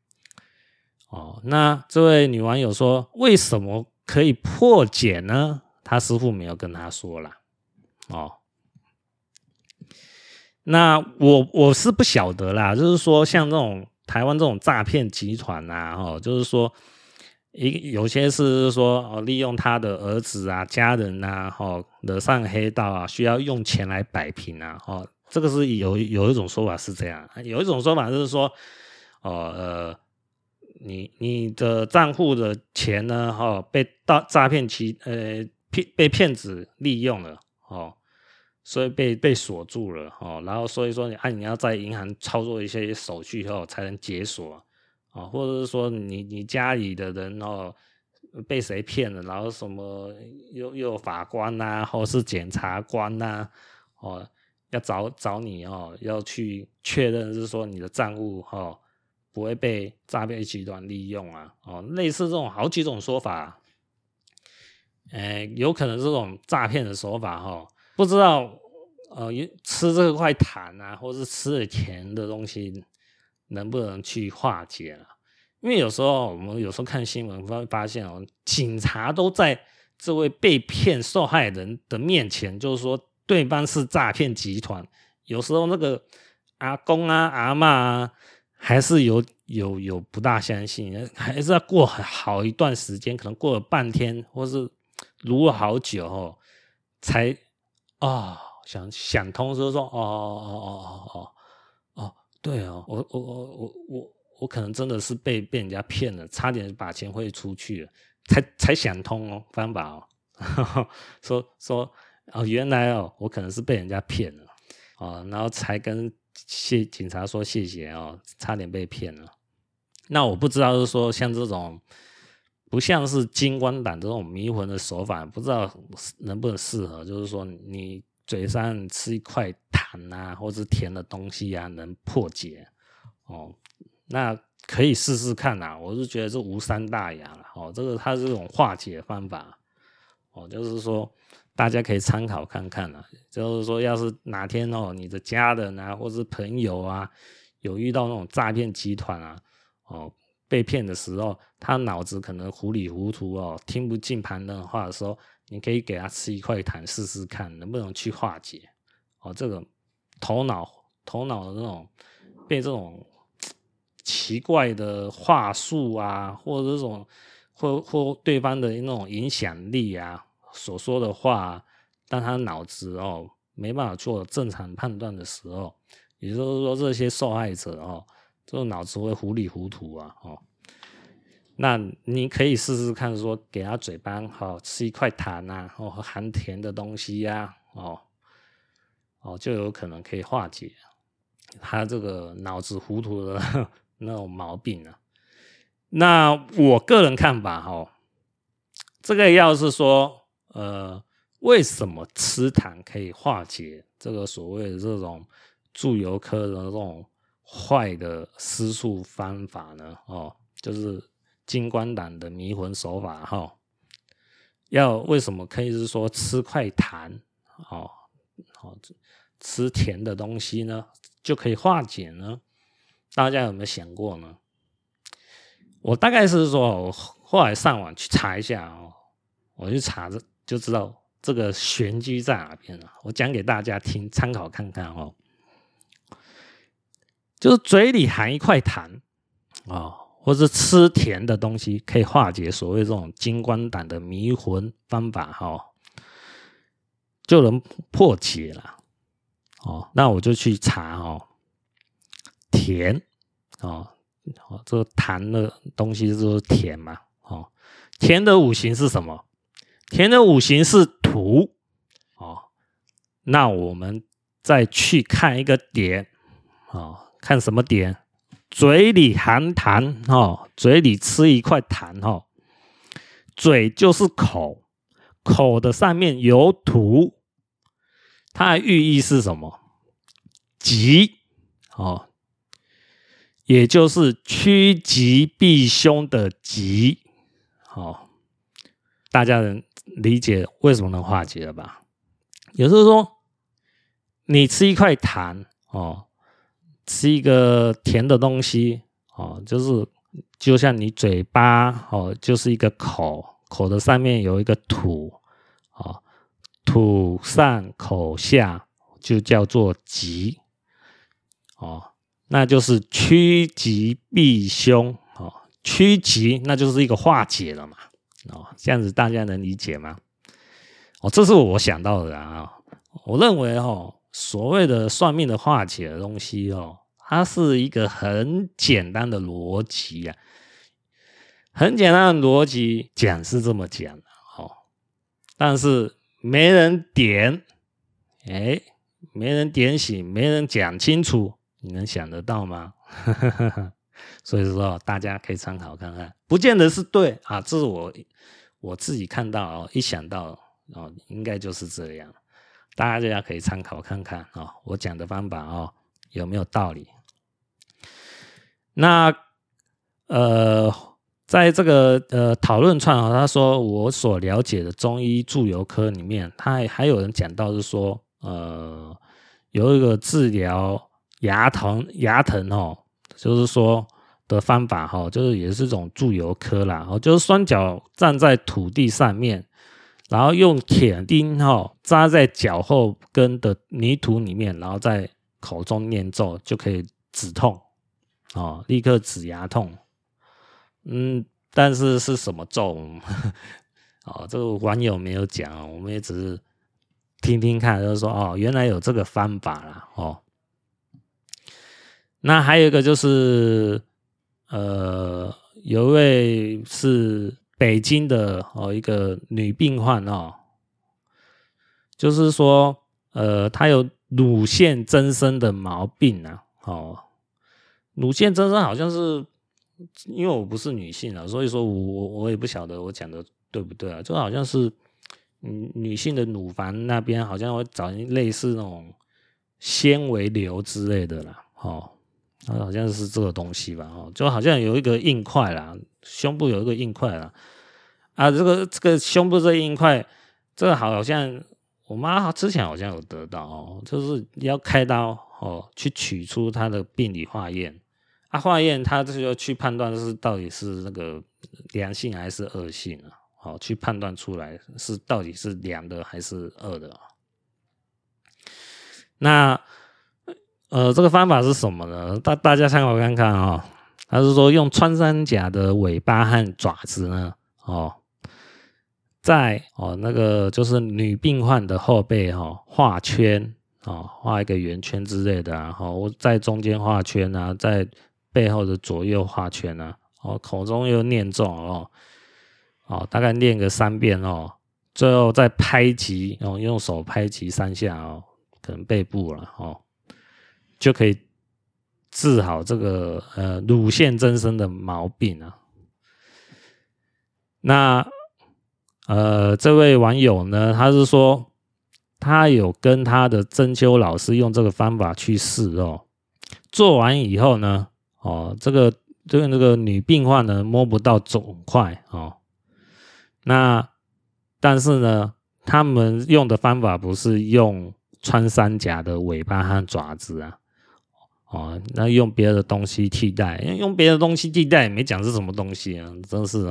那这位女网友说为什么可以破解呢？他师父没有跟他说啦那我是不晓得啦，就是说像这种台湾这种诈骗集团就是说有些是说利用他的儿子家人惹上黑道需要用钱来摆平这个是有一种说法是这样，有一种说法就是说你的账户的钱呢被诈骗被骗子利用了所以被锁住了然后所以说你要在银行操作一些手续才能解锁或者是说你家里的人被谁骗了，然后什么又有法官或是检察官要找你要去确认是说你的账户不会被诈骗集团利用类似这种好几种说法有可能这种诈骗的手法不知道吃这块糖或是吃了甜的东西能不能去化解了。因为有时候我们有时候看新闻会发现警察都在这位被骗受害人的面前就是说对方是诈骗集团，有时候那个阿公阿嬷还是有不大相信，还是要过好一段时间，可能过了半天或是撸了好久才想通，就是说对我可能真的是被人家骗了，差点把钱汇出去了，才想通方法说原来我可能是被人家骗了然后才跟警察说谢谢差点被骗了。那我不知道是说像这种不像是金光党这种迷魂的手法，不知道能不能适合，就是说你嘴上吃一块糖或者甜的东西能破解那可以试试看我是觉得这无伤大雅了这个它是这种化解方法就是说大家可以参考看看就是说要是哪天你的家人或是朋友有遇到那种诈骗集团被骗的时候，他脑子可能糊里糊涂听不进旁人话的时候，你可以给他吃一块糖试试看能不能去化解这个头脑的那种被这种奇怪的话术或者这种或对方的那种影响力所说的话当他脑子没办法做正常判断的时候，也就是说这些受害者这种脑子会糊里糊涂那你可以试试看说给他嘴巴吃一块糖含甜的东西就有可能可以化解他这个脑子糊涂的那种毛病那我个人看法这个药是说为什么吃糖可以化解这个所谓的这种助油科的这种坏的施术方法呢？就是金光党的迷魂手法要为什么可以是说吃块糖吃甜的东西呢就可以化解呢？大家有没有想过呢？我大概是说我后来上网去查一下我去查就知道这个玄机在哪边了。我讲给大家听，参考看看就是嘴里含一块糖或是吃甜的东西，可以化解所谓这种金光党的迷魂方法就能破解了那我就去查甜这个糖的东西就是甜嘛甜的五行是什么？甜的五行是土那我们再去看一个点看什么点？嘴里含糖嘴里吃一块糖嘴就是口，口的上面有土，它的寓意是什么？吉也就是趋吉避凶的吉大家能理解为什么能化解了吧？也就是说，你吃一块糖吃一个甜的东西就像你嘴巴就是一个口，口的上面有一个土土上口下就叫做吉那就是趋吉避凶趋吉那就是一个化解了嘛这样子大家能理解吗？这是我想到的我认为所谓的算命的化解的东西它是一个很简单的逻辑很简单的逻辑讲是这么讲但是没人点没人点醒，没人讲清楚，你能想得到吗？所以说大家可以参考看看，不见得是对这是我自己看到一想到应该就是这样，大家可以参考看看我讲的方法有没有道理。那在这个讨论串他说我所了解的中医助油科里面，他还有人讲到是说有一个治疗牙疼就是说的方法就是也是一种助油科啦就是双脚站在土地上面，然后用铁钉扎在脚后跟的泥土里面，然后在口中念咒就可以止痛立刻止牙痛。但是是什么咒这个网友没有讲我们也只是听听看，就是说原来有这个方法啦那还有一个就是有一位是北京的一个女病患就是说她有乳腺增生的毛病乳腺增生好像是因为我不是女性所以说我也不晓得我讲的对不对就好像是女性的乳房那边好像会找类似那种纤维瘤之类的啦好像是这个东西吧就好像有一个硬块啦，胸部有一个硬块啦这个胸部这硬块，这个好像我妈之前好像有得到就是要开刀去取出她的病理化验化验她就要去判断是到底是那个良性还是恶性去判断出来是到底是良的还是恶的那这个方法是什么呢？大家参考看看他是说用穿山甲的尾巴和爪子呢在那个就是女病患的后背画圈画一个圆圈之类的在中间画圈在背后的左右画圈口中又念咒大概念个3遍最后再拍击用手拍击3下可能背部了就可以治好这个乳腺增生的毛病那这位网友呢，他是说他有跟他的针灸老师用这个方法去试哦，做完以后呢，这个女病患呢摸不到肿块哦，那但是呢，他们用的方法不是用穿山甲的尾巴和爪子啊，那用别的东西替代，用别的东西替代也没讲是什么东西啊，真是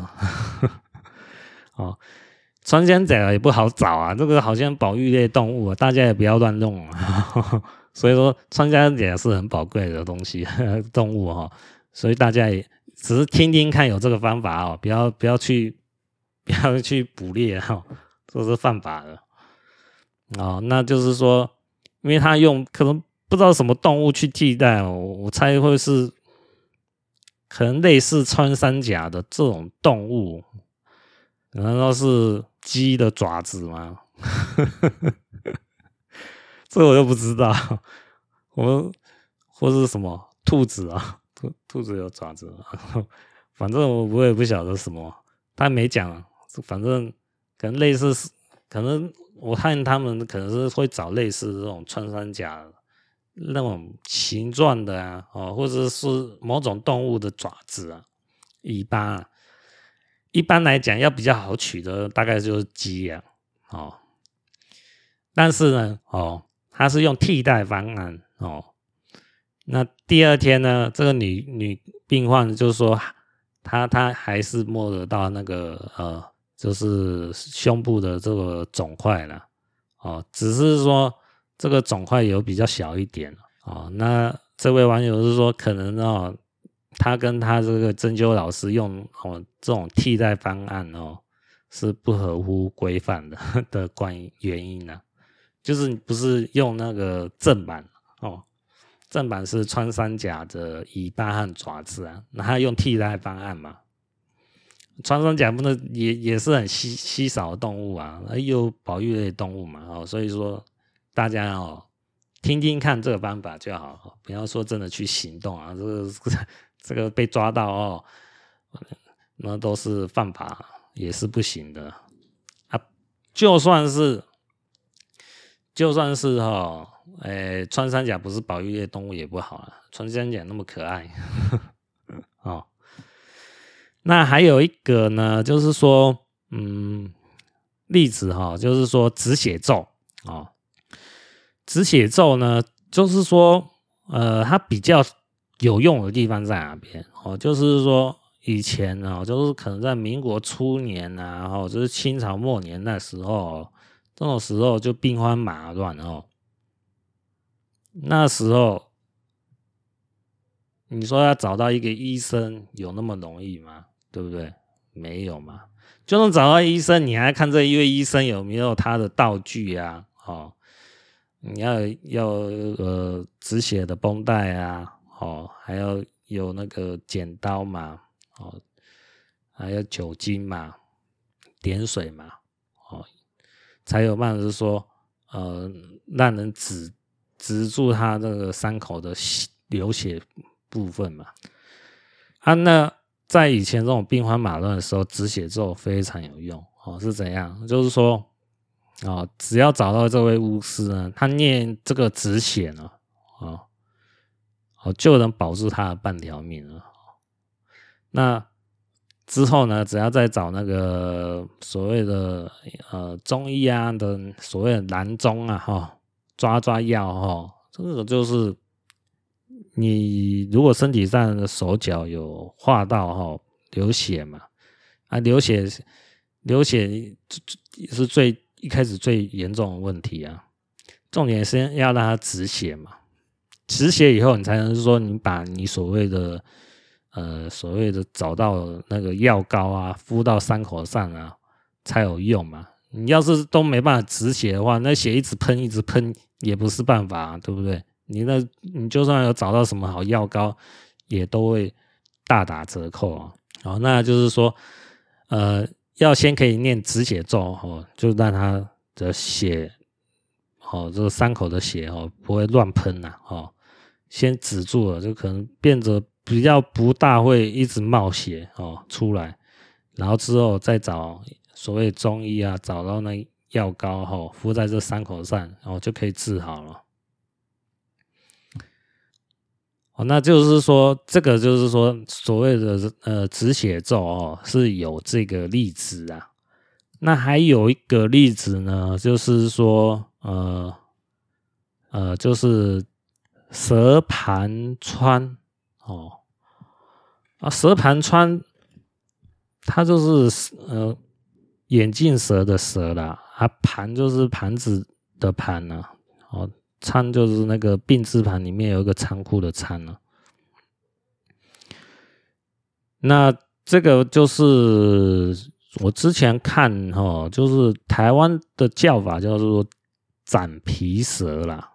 穿山甲也不好找啊，这个好像保育类动物啊，大家也不要乱用啊。所以说穿山甲是很宝贵的东西动物哈，所以大家也只是听听看有这个方法哦，不要去捕猎哈，这是犯法的那就是说，因为他用可能不知道什么动物去替代我猜会是可能类似穿山甲的这种动物，难道是鸡的爪子吗？这个我就不知道，或是什么兔子啊，兔子有爪子反正我也不晓得什么，他没讲，反正可能类似，可能我看他们可能是会找类似这种穿山甲那种形状的啊，或者是某种动物的爪子啊、尾巴啊。一般来讲，要比较好取的大概就是鸡啊，但是呢，它是用替代方案那第二天呢，这个女病患就是说，她还是摸得到那个就是胸部的这个肿块了只是说这个肿块有比较小一点那这位网友是说，可能他跟他这个针灸老师用这种替代方案是不合乎规范的原因呢，就是不是用那个正版正版是穿山甲的尾巴和爪子啊，那他用替代方案嘛。穿山甲不能也是很稀少的动物啊，又保育类动物嘛所以说大家听听看这个方法就好，不要说真的去行动啊，这个被抓到那都是犯法，也是不行的啊。就算是穿山甲不是保育类动物也不好穿山甲那么可爱那还有一个呢，就是说例子就是说止血咒止血咒呢，就是说它比较有用的地方在哪边就是说以前就是可能在民国初年就是清朝末年那时候这种时候就兵荒马乱那时候你说要找到一个医生有那么容易吗？对不对？没有嘛。就算找到医生，你还看这一位医生有没有他的道具啊你要止血的绷带啊还要有那个剪刀嘛还有酒精嘛点水嘛才有办法是说让人止住他这个伤口的流血部分嘛那在以前这种兵荒马乱的时候，止血咒非常有用是怎样？就是说只要找到这位巫师呢，他念这个止血呢就能保住他的半条命了那之后呢，只要再找那个所谓的中医的所谓的郎中抓药这个就是你如果身体上的手脚有划到流血嘛流血是一开始最严重的问题重点是要让它止血嘛，止血以后你才能说你把你所谓的找到那个药膏敷到伤口上才有用嘛。你要是都没办法止血的话，那血一直喷也不是办法对不对？你就算有找到什么好药膏，也都会大打折扣那就是说要先可以念止血咒就让他的血这个伤口的血不会乱喷先止住了，就可能变得比较不大会一直冒血出来， 然后之后再找所谓中医啊，找到那药膏敷在这伤口上，就可以治好了。那就是说，这个就是说所谓的止血咒是有这个例子啊。那还有一个例子呢，就是说就是蛇盘穿蛇盘穿，它就是眼镜蛇的蛇啦，盘就是盘子的盘啊，仓就是那个病字旁里面有一个仓库的仓啊。那这个就是我之前看就是台湾的叫法叫做斩皮蛇啦，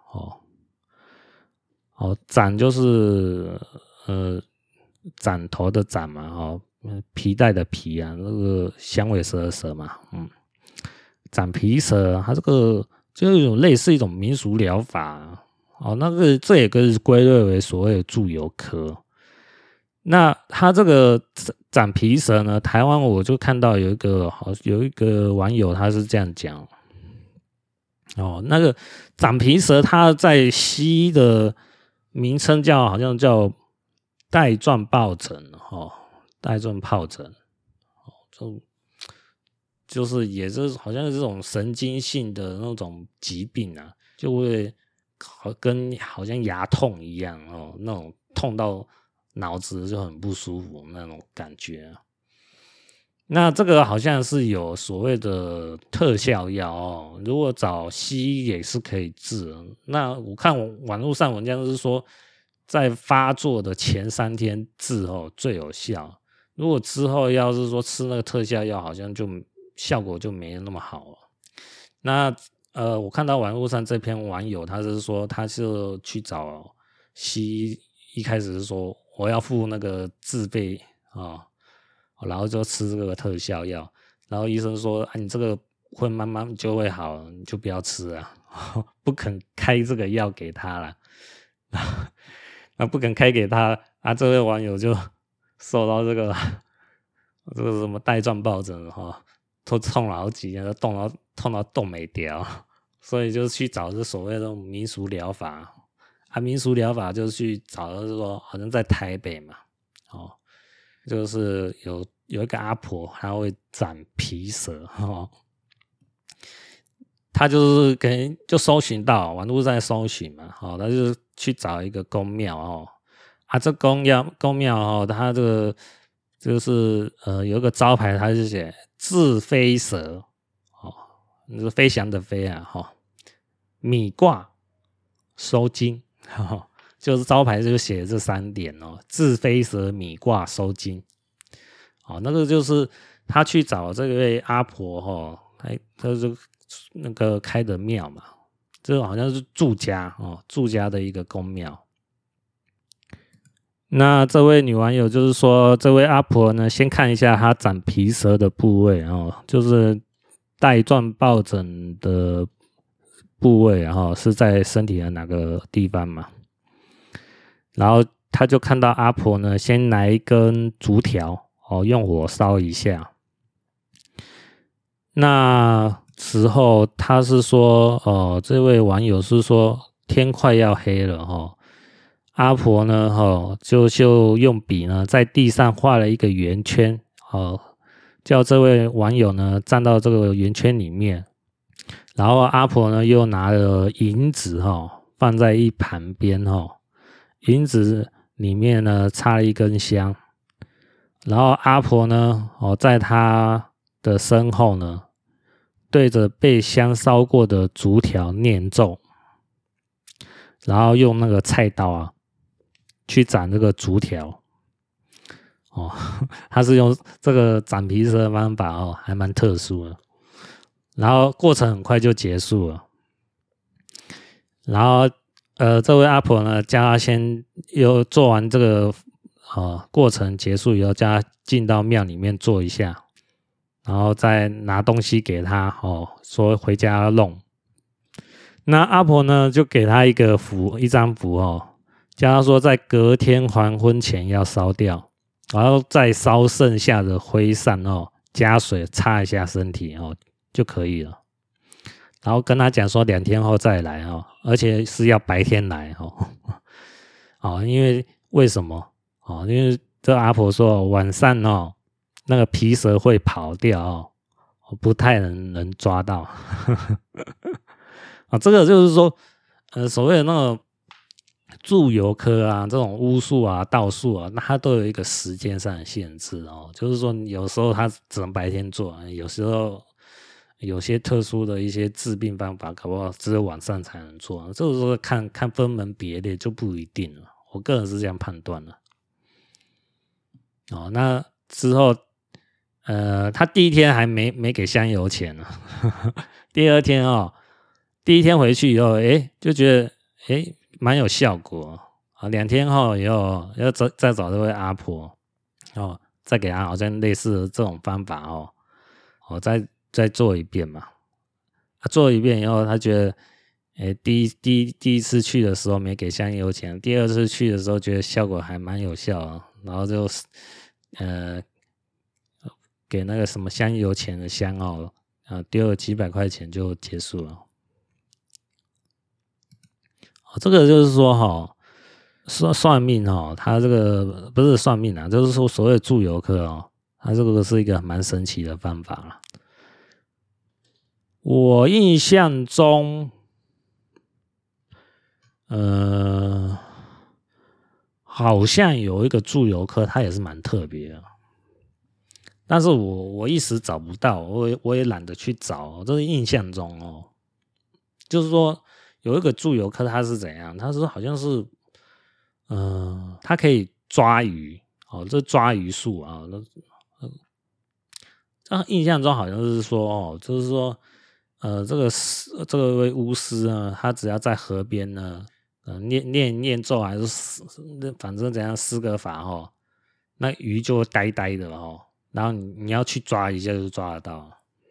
斩就是斩头的斩嘛，皮带的皮啊，那个响尾蛇的蛇嘛，斩皮蛇它这个就有类似一种民俗疗法那个这也可以归类为所谓的祝由科。那它这个斩皮蛇呢，台湾我就看到有一个网友他是这样讲那个斩皮蛇它在西医的名称好像叫带状疱疹带状疱疹就是也是好像是这种神经性的那种疾病啊，就会跟好像牙痛一样那种痛到脑子就很不舒服那种感觉啊。那这个好像是有所谓的特效药如果找西医也是可以治。那我看网络上文章是说，在发作的前3天治最有效。如果之后要是说吃那个特效药，好像就效果就没那么好了。那我看到网络上这篇网友他是说，他是去找西医，一开始是说我要付那个自费然后就吃这个特效药，然后医生说你这个会慢慢就会好，你就不要吃啊，不肯开这个药给他了。那不肯开给他这位网友就受到这个什么带状疱疹都痛了好几天，都痛到动没掉，所以就去找这所谓的民俗疗法民俗疗法就去找就是说好像在台北嘛就是有一个阿婆，她会斩皮蛇他就是可能就搜寻到网络上搜寻嘛他就去找一个宫庙这宫庙它这个就是有一个招牌，它是写治飞蛇就是飞翔的飞米卦收金就是招牌就写这3点治飞蛇、米卦、收金那个就是他去找这位阿婆他就那个开的庙嘛，这好像是住家的一个宫庙。那这位女网友就是说，这位阿婆呢，先看一下她斩皮蛇的部位就是带状疱疹的部位是在身体的哪个地方嘛。然后他就看到阿婆呢，先拿一根竹条用火烧一下。那时候他是说这位网友是说天快要黑了阿婆呢就用笔呢在地上画了一个圆圈叫这位网友呢站到这个圆圈里面。然后阿婆呢又拿了银纸放在一旁边银纸里面呢插了一根香。然后阿婆呢在她的身后呢对着被香烧过的竹条念咒，然后用那个菜刀去斩这个竹条他是用这个斩皮蛇的方法还蛮特殊的。然后过程很快就结束了。然后这位阿婆呢叫他先又做完这个过程结束以后，叫他进到庙里面坐一下，然后再拿东西给他说回家要弄。那阿婆呢就给他一张符叫他说在隔天黄昏前要烧掉，然后再烧剩下的灰疝加水擦一下身体哦就可以了。然后跟他讲说2天后再来哦，而且是要白天来哦。哦，因为为什么？哦，因为这阿婆说晚上哦，那个皮蛇会跑掉哦，不太能抓到。啊，这个就是说，所谓的那个祝由科啊，这种巫术啊、道术啊，那它都有一个时间上的限制哦。就是说，有时候它只能白天做，有时候有些特殊的一些治病方法，搞不好只有晚上才能做。这个时候看分门别类就不一定了。我个人是这样判断的。哦，那之后，他第一天还没给香油钱呢。第二天哦，第一天回去以后，就觉得蛮有效果啊。2天后以后要再找这位阿婆哦，再给他好像类似的这种方法哦，再做一遍嘛。做一遍以后，他觉得第一次去的时候没给香油钱，第二次去的时候觉得效果还蛮有效的，然后就给那个什么香油钱的香哦，丢了几百块钱就结束了。这个就是说哈，算命哦，他这个不是算命啊，就是说所谓的祝由科哦，他这个是一个蛮神奇的方法啦。我印象中，好像有一个祝由科，它也是蛮特别的，但是我一时找不到，我也懒得去找，这是印象中哦，就是说有一个祝由科，它是怎样？它是好像是，它可以抓鱼哦，这抓鱼术啊，印象中好像是说哦，就是说，这个位巫师呢，他只要在河边呢，念咒还是反正怎样施个法哦，那鱼就会呆呆的哦，然后你要去抓一下就抓得到。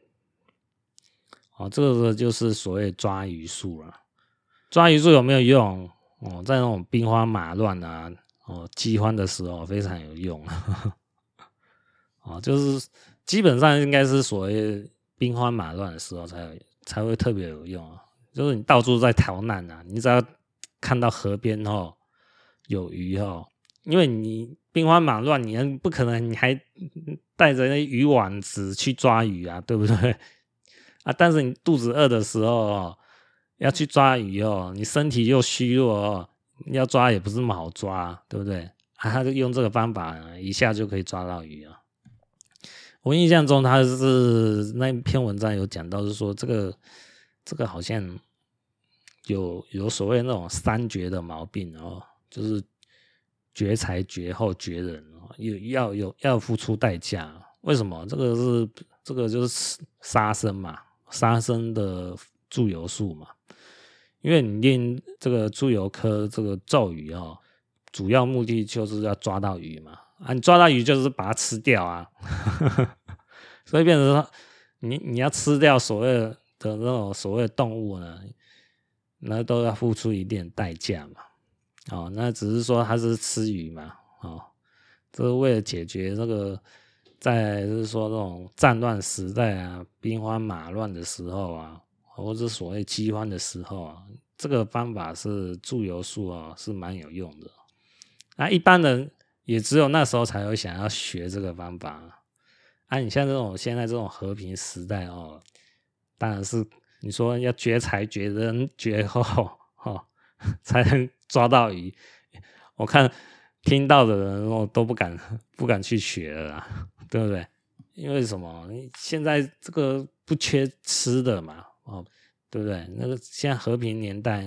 哦，这个就是所谓抓鱼术了。抓鱼术有没有用？哦，在那种兵荒马乱啊，饥荒的时候非常有用。哦，就是基本上应该是所谓兵荒马乱的时候才会特别有用啊。就是你到处在逃难啊，你只要看到河边有鱼因为你兵荒马乱，你不可能你还带着那渔网子去抓鱼啊，对不对？啊，但是你肚子饿的时候要去抓鱼你身体又虚弱要抓也不是那么好抓，对不对？他就用这个方法一下就可以抓到鱼啊。我印象中他是那篇文章有讲到，是说这个好像有所谓那种三绝的毛病就是绝财、绝后、绝人要付出代价。为什么？这个就是杀生嘛，杀生的祝由术嘛。因为你练这个祝由科这个咒语主要目的就是要抓到鱼嘛。你抓到鱼就是把它吃掉啊。所以变成说你要吃掉所谓的那种所谓的动物呢，那都要付出一定代价嘛。那只是说它是吃鱼嘛。这是为了解决这个在就是说那种战乱时代啊，兵荒马乱的时候啊，或者所谓饥荒的时候啊，这个方法是祝由术是蛮有用的。那一般人也只有那时候才会想要学这个方法你像这种现在这种和平时代当然是你说要绝财、绝人、绝后才能抓到鱼。我看听到的人都不敢去学了啦，对不对？因为什么？现在这个不缺吃的嘛，对不对？那个现在和平年代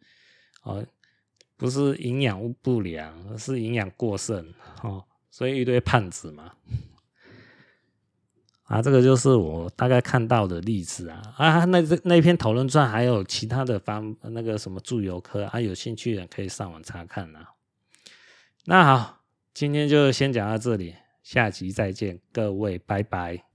不是营养不良，而是营养过剩所以一堆胖子嘛。这个就是我大概看到的例子那篇讨论串还有其他的那个什么祝由科有兴趣的人可以上网查看那好，今天就先讲到这里，下集再见，各位拜拜。